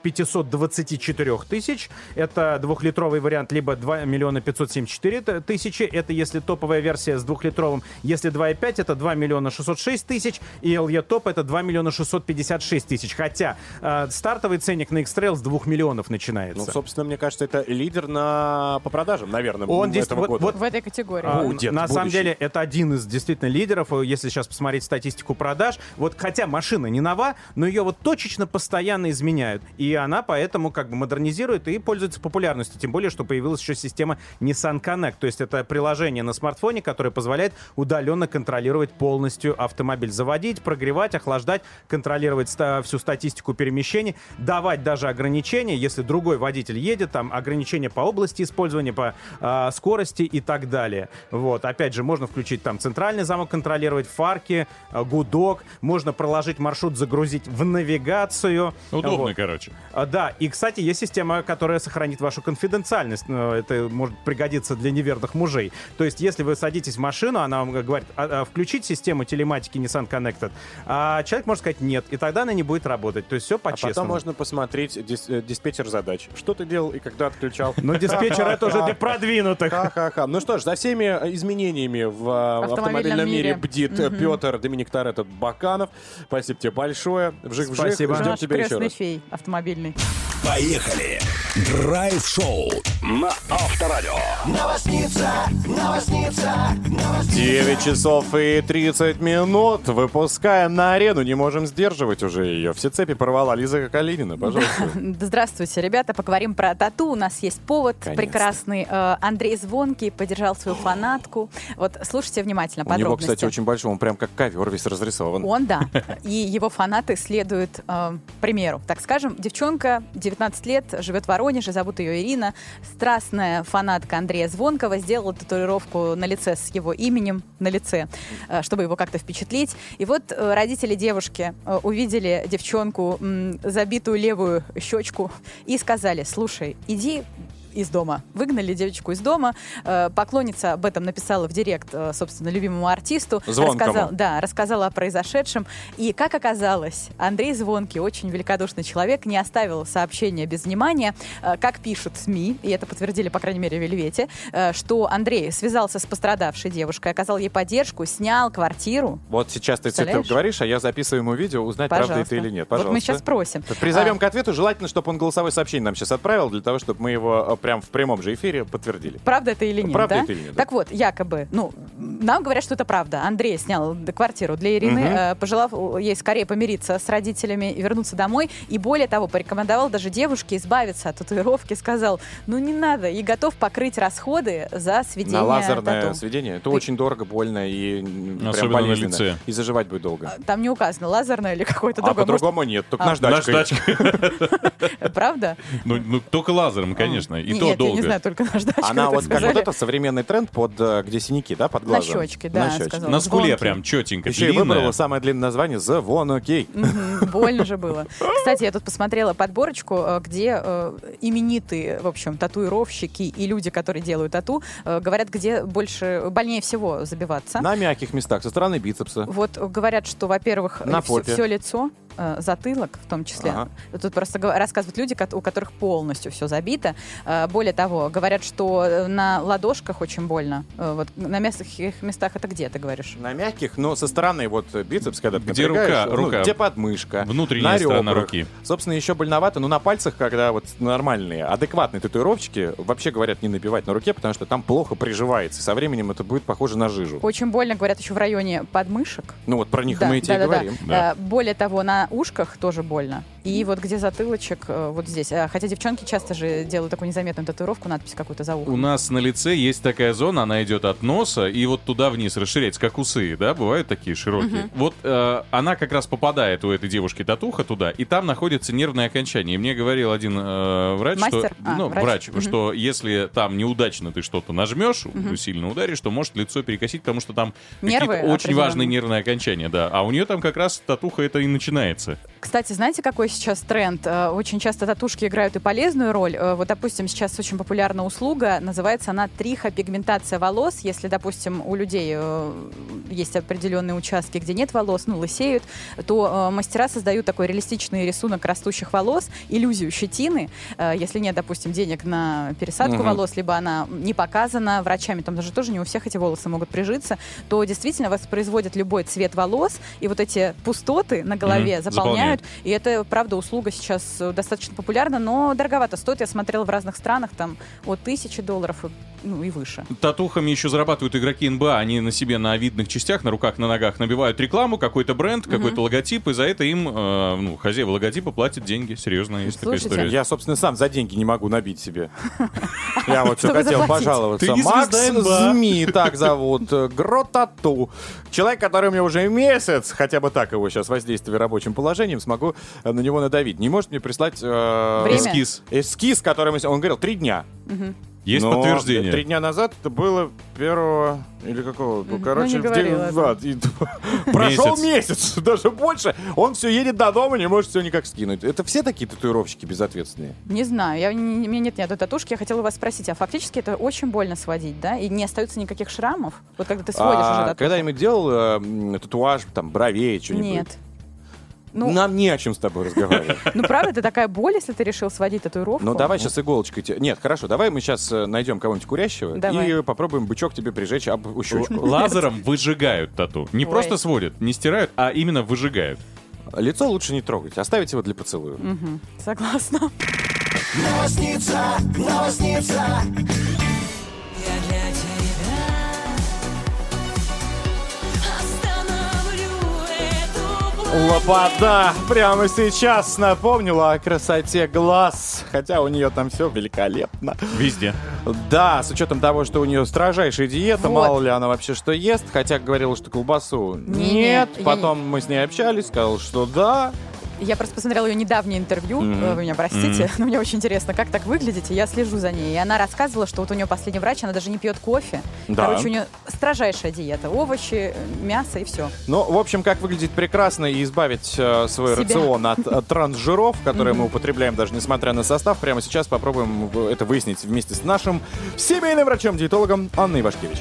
524 тысяч. Это 2-литровый вариант, либо 2 миллиона 574 тысячи. Это если топовая версия с 2-литровым. Если 2.5, это 2 миллиона 606 тысяч. И LE Top это 2 миллиона 656 тысяч. Хотя стартовый ценник на X-Trail с 2 миллионов начинается. Собственно, мне кажется, это лидер по продажам, наверное, этого года. В этой категории. На самом деле, это один из действительно лидеров. Если сейчас посмотреть статистику продаж, хотя машина не нова, но ее точечно постоянно изменяют. И она поэтому модернизирует и пользуется популярностью. Тем более, что появилась еще система Nissan Connect. То есть это приложение на смартфоне, которое позволяет удаленно контролировать полностью автомобиль. Заводить, прогревать, охлаждать, контролировать всю статистику перемещений, давать даже ограничения, если другой водитель едет, ограничения по области использования, по скорости и так далее. Опять же, можно включить центральный замок, контролировать фарки, гудок, можно проложить маршрут, загрузить в навигацию. Удобно, короче. Да, и, кстати, есть система, которая сохранит вашу конфиденциальность. Это может пригодиться для неверных мужей. То есть, если вы садитесь в машину, она вам говорит, включить систему телематики Nissan Connected, а человек может сказать нет, и тогда она не будет работать. То есть все по-честному. Потом можно посмотреть диспетчер задач. Что ты делал и когда отключал? Диспетчер это уже для продвинутых. Ха-ха-ха. Ну что ж, за всеми изменениями в автомобильном мире бдит Петр Доминик-Торетто Баканов. Спасибо тебе большое. Вжик-вжик. Спасибо. Ждем тебя еще раз. Фей автомобильный. Поехали! Драйв-шоу на Авторадио. Новосница. 9 часов и 30 минут. Выпускаем на арену. Не можем сдерживать уже ее. Все цепи порвала Лиза Калинина. Пожалуйста. Здравствуйте, ребята. Поговорим про тату. У нас есть повод прекрасный. Андрей Звонкий поддержал свою фанатку. Слушайте внимательно подробности. У него, кстати, очень большой. Он прям как ковер весь разрисован. Он, да. И его фанаты следуют примеру. Так скажем, девчонка, 19 лет, живет в Воронеже, зовут ее Ирина. Страстная фанатка Андрея Звонкого, сделала татуировку на лице с его именем на лице, чтобы его как-то впечатлить. И родители девушки увидели девчонку, забитую левую щечку, и сказали: слушай, иди из дома. Выгнали девочку из дома. Поклонница об этом написала в директ, собственно, любимому артисту. Звонкому. Рассказала о произошедшем. И, как оказалось, Андрей Звонкий, очень великодушный человек, не оставил сообщения без внимания. Как пишут СМИ, и это подтвердили, по крайней мере, в Вельвете, что Андрей связался с пострадавшей девушкой, оказал ей поддержку, снял квартиру. Вот сейчас ты все говоришь, а я записываю ему видео, узнать, правда это или нет. Пожалуйста. Вот мы сейчас спросим. Призовем к ответу. Желательно, чтобы он голосовое сообщение нам сейчас отправил, для того, чтобы мы его прям в прямом же эфире подтвердили. Правда это или нет, правда да? Это или нет, так вот, якобы, нам говорят, что это правда. Андрей снял квартиру для Ирины, пожелав ей скорее помириться с родителями и вернуться домой. И более того, порекомендовал даже девушке избавиться от татуировки. Сказал, не надо. И готов покрыть расходы за сведение на лазерное тату. сведение. Это очень дорого, больно и прям особенно болезненно. на лице. И заживать будет долго. Там не указано, лазерное или какое-то А другое. по-другому нет, только наждачкой. Правда? Только лазером, конечно. И то Нет, долго. я не знаю, только наждачкой. Она так вот как сказали. вот это современный тренд, где синяки, да, под На глазом. щечке, да, щечке. сказала. На скуле Звонкий. прям четенько, Еще и длинная. выбрала самое длинное название «Звонкий». Больно же было. Кстати, я тут посмотрела подборочку, где именитые, в общем, татуировщики и люди, которые делают тату, говорят, где больнее всего забиваться. На мягких местах, со стороны бицепса. Вот говорят, что, во-первых, На попе. все лицо, затылок в том числе. Ага. Тут просто рассказывают люди, у которых полностью все забито. Более того, говорят, что на ладошках очень больно. Вот на мягких местах это где, ты говоришь? На мягких, но со стороны вот бицепс, когда ты Где напрягаешь, рука? где подмышка, Внутренняя на сторона ребрах. руки. Собственно, еще больновато, но на пальцах, когда вот нормальные, адекватные татуировщики, вообще говорят не набивать на руке, потому что там плохо приживается. Со временем это будет похоже на жижу. Очень больно, говорят, еще в районе подмышек. Ну вот про них Да, мы и тебе да. говорим. Более того, на ушках тоже больно. И вот где затылочек, вот здесь. Хотя девчонки часто же делают такую незаметную татуировку, надпись какую-то за ухом. У нас на лице есть такая зона, она идет от носа и вот туда вниз расширяется, как усы, да, бывают такие широкие. Вот она как раз попадает у этой девушки татуха туда, и там находится нервное окончание. И мне говорил один врач, Мастер? врач, что если там неудачно ты что-то нажмешь, сильно ударишь, то может лицо перекосить, потому что там Нервы какие-то очень определенные. важные нервные окончания, да. А у нее там как раз татуха это и начинается. Кстати, знаете, какой сейчас тренд? Очень часто татушки играют и полезную роль. Вот, допустим, сейчас очень популярна услуга, называется она трихопигментация волос. Если, допустим, у людей есть определенные участки, где нет волос, лысеют, то мастера создают такой реалистичный рисунок растущих волос, иллюзию щетины. Если нет, допустим, денег на пересадку волос, либо она не показана врачами, там даже тоже не у всех эти волосы могут прижиться, то действительно воспроизводят любой цвет волос, и вот эти пустоты на голове заполняют. И это, правда, услуга сейчас достаточно популярна, но дороговато стоит. Я смотрела в разных странах, там от $1000 и выше. Татухами еще зарабатывают игроки НБА. Они на себе на видных частях, на руках, на ногах набивают рекламу, какой-то бренд, какой-то логотип, и за это им хозяева логотипа платят деньги. Серьезно, есть такая Слушайте, история. Я, собственно, сам за деньги не могу набить себе. Я вот все Чтобы хотел заплатить. пожаловаться. Ты не Макс звезда НБА. ЗМИ, так зовут. Гро-тату. Человек, который мне уже месяц, хотя бы так его сейчас воздействие рабочим положением, смогу на него надавить. Не может мне прислать Эскиз. эскиз, который он говорил 3 дня. Есть Но подтверждение. 3 дня назад это было 1 или какого? Короче, не говорил прошел месяц, даже больше. Он все едет до дома, не может все никак скинуть. Это все такие татуировщики безответственные? Не знаю, у меня нет ни одной татушки. Я хотела вас спросить, а фактически это очень больно сводить, да? И не остается никаких шрамов? Вот когда ты сводишь уже татуху. Когда-нибудь делал татуаж, там, бровей, что-нибудь? Нет. Нам не о чем с тобой разговаривать. Правда, это такая боль, если ты решил сводить татуировку? Ну, давай сейчас иголочкой тебе... Нет, хорошо, давай мы сейчас найдем кого-нибудь курящего Давай. и попробуем бычок тебе прижечь об щечку. Лазером выжигают тату. Не Ой. просто сводят, не стирают, а именно выжигают. Лицо лучше не трогать, оставить его для поцелуя. Согласна. Новосница. Я для тебя остановлю эту Лобода прямо сейчас напомнила о красоте глаз. Хотя у нее там все великолепно. Везде. Да, с учетом того, что у нее строжайшая диета, Вот. мало ли она вообще что ест. Хотя говорила, что колбасу Не-не, нет. я Потом мы с ней общались, сказал, что да. Я просто посмотрела ее недавнее интервью, вы меня простите, но мне очень интересно, как так выглядите, я слежу за ней. И она рассказывала, что вот у нее последний врач, она даже не пьет кофе. Да. Короче, у нее строжайшая диета. Овощи, мясо и все. Ну, в общем, как выглядеть прекрасно и избавить свой рацион от трансжиров, которые мы употребляем даже несмотря на состав, прямо сейчас попробуем это выяснить вместе с нашим семейным врачом-диетологом Анной Ивашкевич.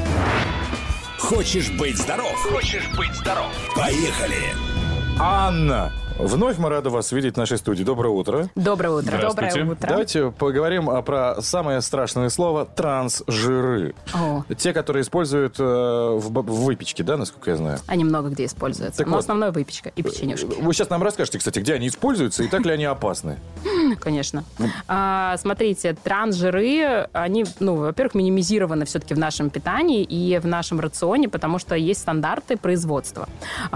Хочешь быть здоров? Хочешь быть здоров? Поехали! Анна! Вновь мы рады вас видеть в нашей студии. Доброе утро. Доброе утро. Доброе утро. Давайте поговорим про самое страшное слово — трансжиры. О. Те, которые используют в выпечке, да, насколько я знаю? Они много где используются. Так Но вот. основная выпечка и печенюшки. Вы сейчас нам расскажете, кстати, где они используются и так ли они опасны. Конечно. Смотрите, трансжиры, они, во-первых, минимизированы все-таки в нашем питании и в нашем рационе, потому что есть стандарты производства.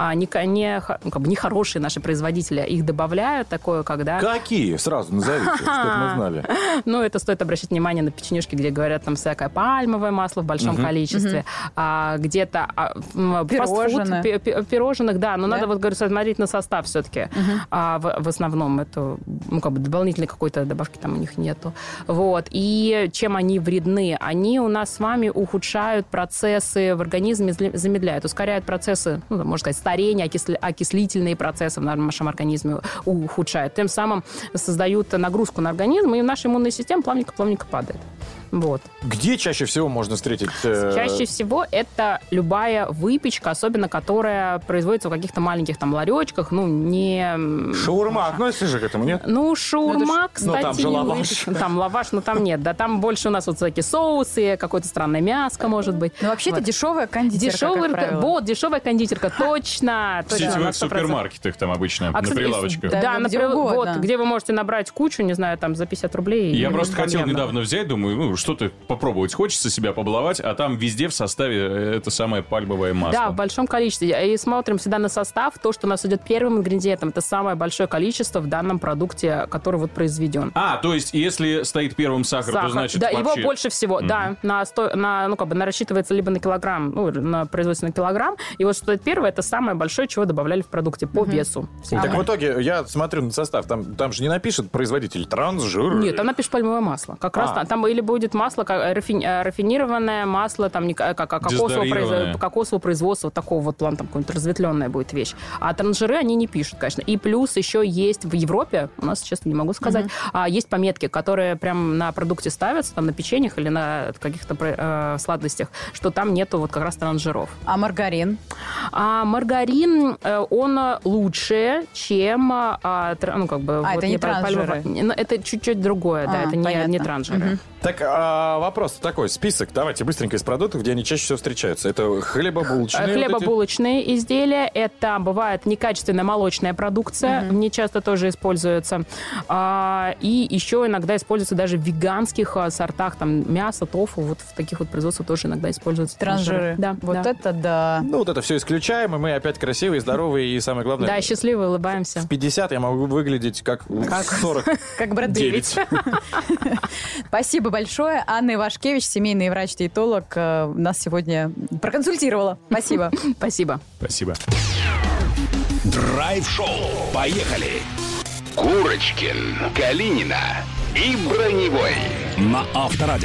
Нехорошие наши производители их добавляют, такое, когда... Какие? Сразу назовите, чтобы мы знали. Это стоит обращать внимание на печенюшки, где говорят, там всякое пальмовое масло в большом количестве. Где-то Пирожные. фастфуд, пирожных, да, но надо смотреть на состав все-таки. В основном это, дополнительной какой-то добавки там у них нету. Вот. И чем они вредны? Они у нас с вами ухудшают процессы в организме, замедляют, ускоряют процессы, можно сказать, старения, окислительные процессы в нашем организме ухудшают. Тем самым создают нагрузку на организм, и наша иммунная система плавненько падает. Вот. Где чаще всего можно встретить? Чаще всего это любая выпечка, особенно которая производится в каких-то маленьких там ларечках, не... Шаурма относится же к этому, нет? Шаурма, кстати, там же лаваш. Там лаваш, но там нет. Да, там больше у нас вот всякие соусы, какое-то странное мяско, может быть. Но вообще это дешевая кондитерка, как правило. Вот, дешевая кондитерка, точно. В сетевых супермаркетах там обычно, на прилавочках. Да, где угодно. где вы можете набрать кучу, не знаю, там за 50 рублей. Я просто хотел недавно взять, думаю, что-то попробовать. Хочется себя побаловать, а там везде в составе это самое пальмовое масло. Да, в большом количестве. И смотрим всегда на состав. То, что у нас идет первым ингредиентом, это самое большое количество в данном продукте, который вот произведен. То есть, если стоит первым сахар, то значит да, вообще... его больше всего, да, рассчитывается либо на килограмм, на производство на килограмм, и вот что стоит первое, это самое большое, чего добавляли в продукте по весу. Так в итоге я смотрю на состав, там же не напишет производитель трансжир. Нет, там напишет пальмовое масло. Как раз там или будет масло, рафинированное масло, там кокосового производства, такого вот плана, там какое-нибудь разветвленная будет вещь. А трансжиры они не пишут, конечно. И плюс еще есть в Европе, у нас, честно, не могу сказать, есть пометки, которые прям на продукте ставятся, там на печеньях или на каких-то сладостях, что там нету вот как раз трансжиров. А маргарин? Маргарин, он лучше, чем это не трансжиры? Это чуть-чуть другое, да, это не трансжиры. Так, вопрос такой, список, давайте быстренько из продуктов, где они чаще всего встречаются. Это хлебобулочные? Хлебобулочные изделия, это бывает некачественная молочная продукция, не часто тоже используется. И еще иногда используется даже в веганских сортах, там мясо, тофу, вот в таких вот производствах тоже иногда используются трансжиры. Да, это да. Вот это все исключаем, и мы опять красивые, здоровые, и самое главное... Да, счастливые, улыбаемся. В 50 я могу выглядеть как 40. Как Брэд Дэвид. Спасибо большое. Анна Ивашкевич, семейный врач-диетолог, нас сегодня проконсультировала. Спасибо. Спасибо. Спасибо. Драйв-шоу. Поехали. Курочкин, Калинина и Броневой на Авторадио.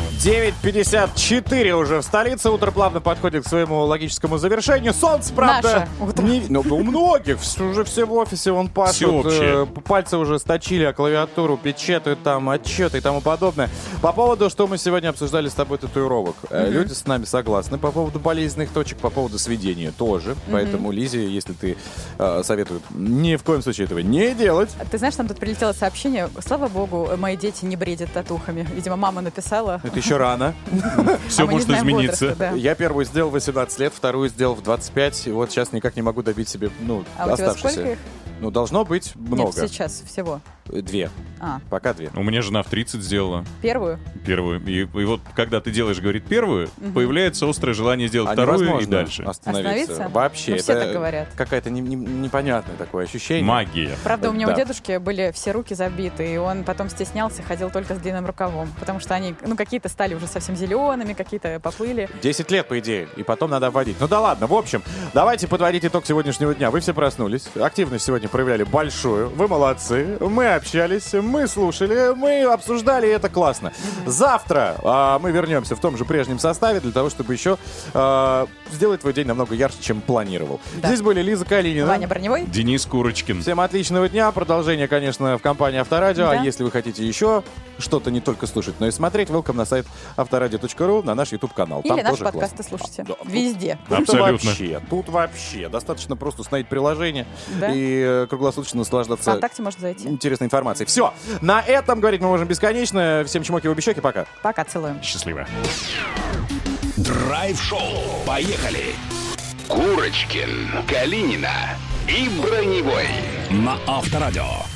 9:54 уже в столице. Утро плавно подходит к своему логическому завершению. Солнце, правда, у многих уже все в офисе вон пашут. Пальцы уже сточили, а клавиатуру печатают, там отчеты и тому подобное. По поводу, что мы сегодня обсуждали с тобой, татуировок. Люди с нами согласны. По поводу болезненных точек, по поводу сведения тоже. Поэтому, Лизе, если ты советуют ни в коем случае этого не делать. Ты знаешь, нам тут прилетело сообщение. Слава богу, мои дети не бредят татухами. Видимо, мама написала. Это еще рано. Все может измениться. Возраста, да. Я первую сделал в 18 лет, вторую сделал в 25. И вот сейчас никак не могу добить себе, а оставшиеся. У тебя сколько их? Должно быть много. Нет, сейчас всего. 2. Пока 2. У меня жена в 30 сделала. Первую? Первую. И вот когда ты делаешь, говорит, первую, появляется острое желание сделать вторую и дальше. Остановиться? Вообще. Все так говорят. Какая-то непонятное такое ощущение. Магия. Правда, у меня у дедушки были все руки забиты, и он потом стеснялся, ходил только с длинным рукавом, потому что они, какие-то стали уже совсем зелеными, какие-то поплыли. 10 лет, по идее, и потом надо обводить. Ну да ладно, в общем, давайте подводить итог сегодняшнего дня. Вы все проснулись, активность сегодня проявляли большую. Вы молодцы. Мы общались, мы слушали, мы обсуждали, и это классно. Завтра мы вернемся в том же прежнем составе для того, чтобы еще сделать твой день намного ярче, чем планировал. Да. Здесь были Лиза Калинина, Ваня Броневой, Денис Курочкин. Всем отличного дня. Продолжение, конечно, в компании Авторадио. Да. А если вы хотите еще что-то не только слушать, но и смотреть, welcome на сайт авторадио.ру, на наш YouTube-канал. или Там наши тоже подкасты классно. слушайте. Да. Везде. Абсолютно. Тут вообще достаточно просто установить приложение Да. и круглосуточно наслаждаться ВКонтакте можно зайти. интересной информацией. Все. На этом говорить мы можем бесконечно. Всем чмоки в обе щеки. Пока. Пока, целуем. Счастливо. Драйв-шоу. Поехали. Курочкин, Калинина и Броневой на Авторадио.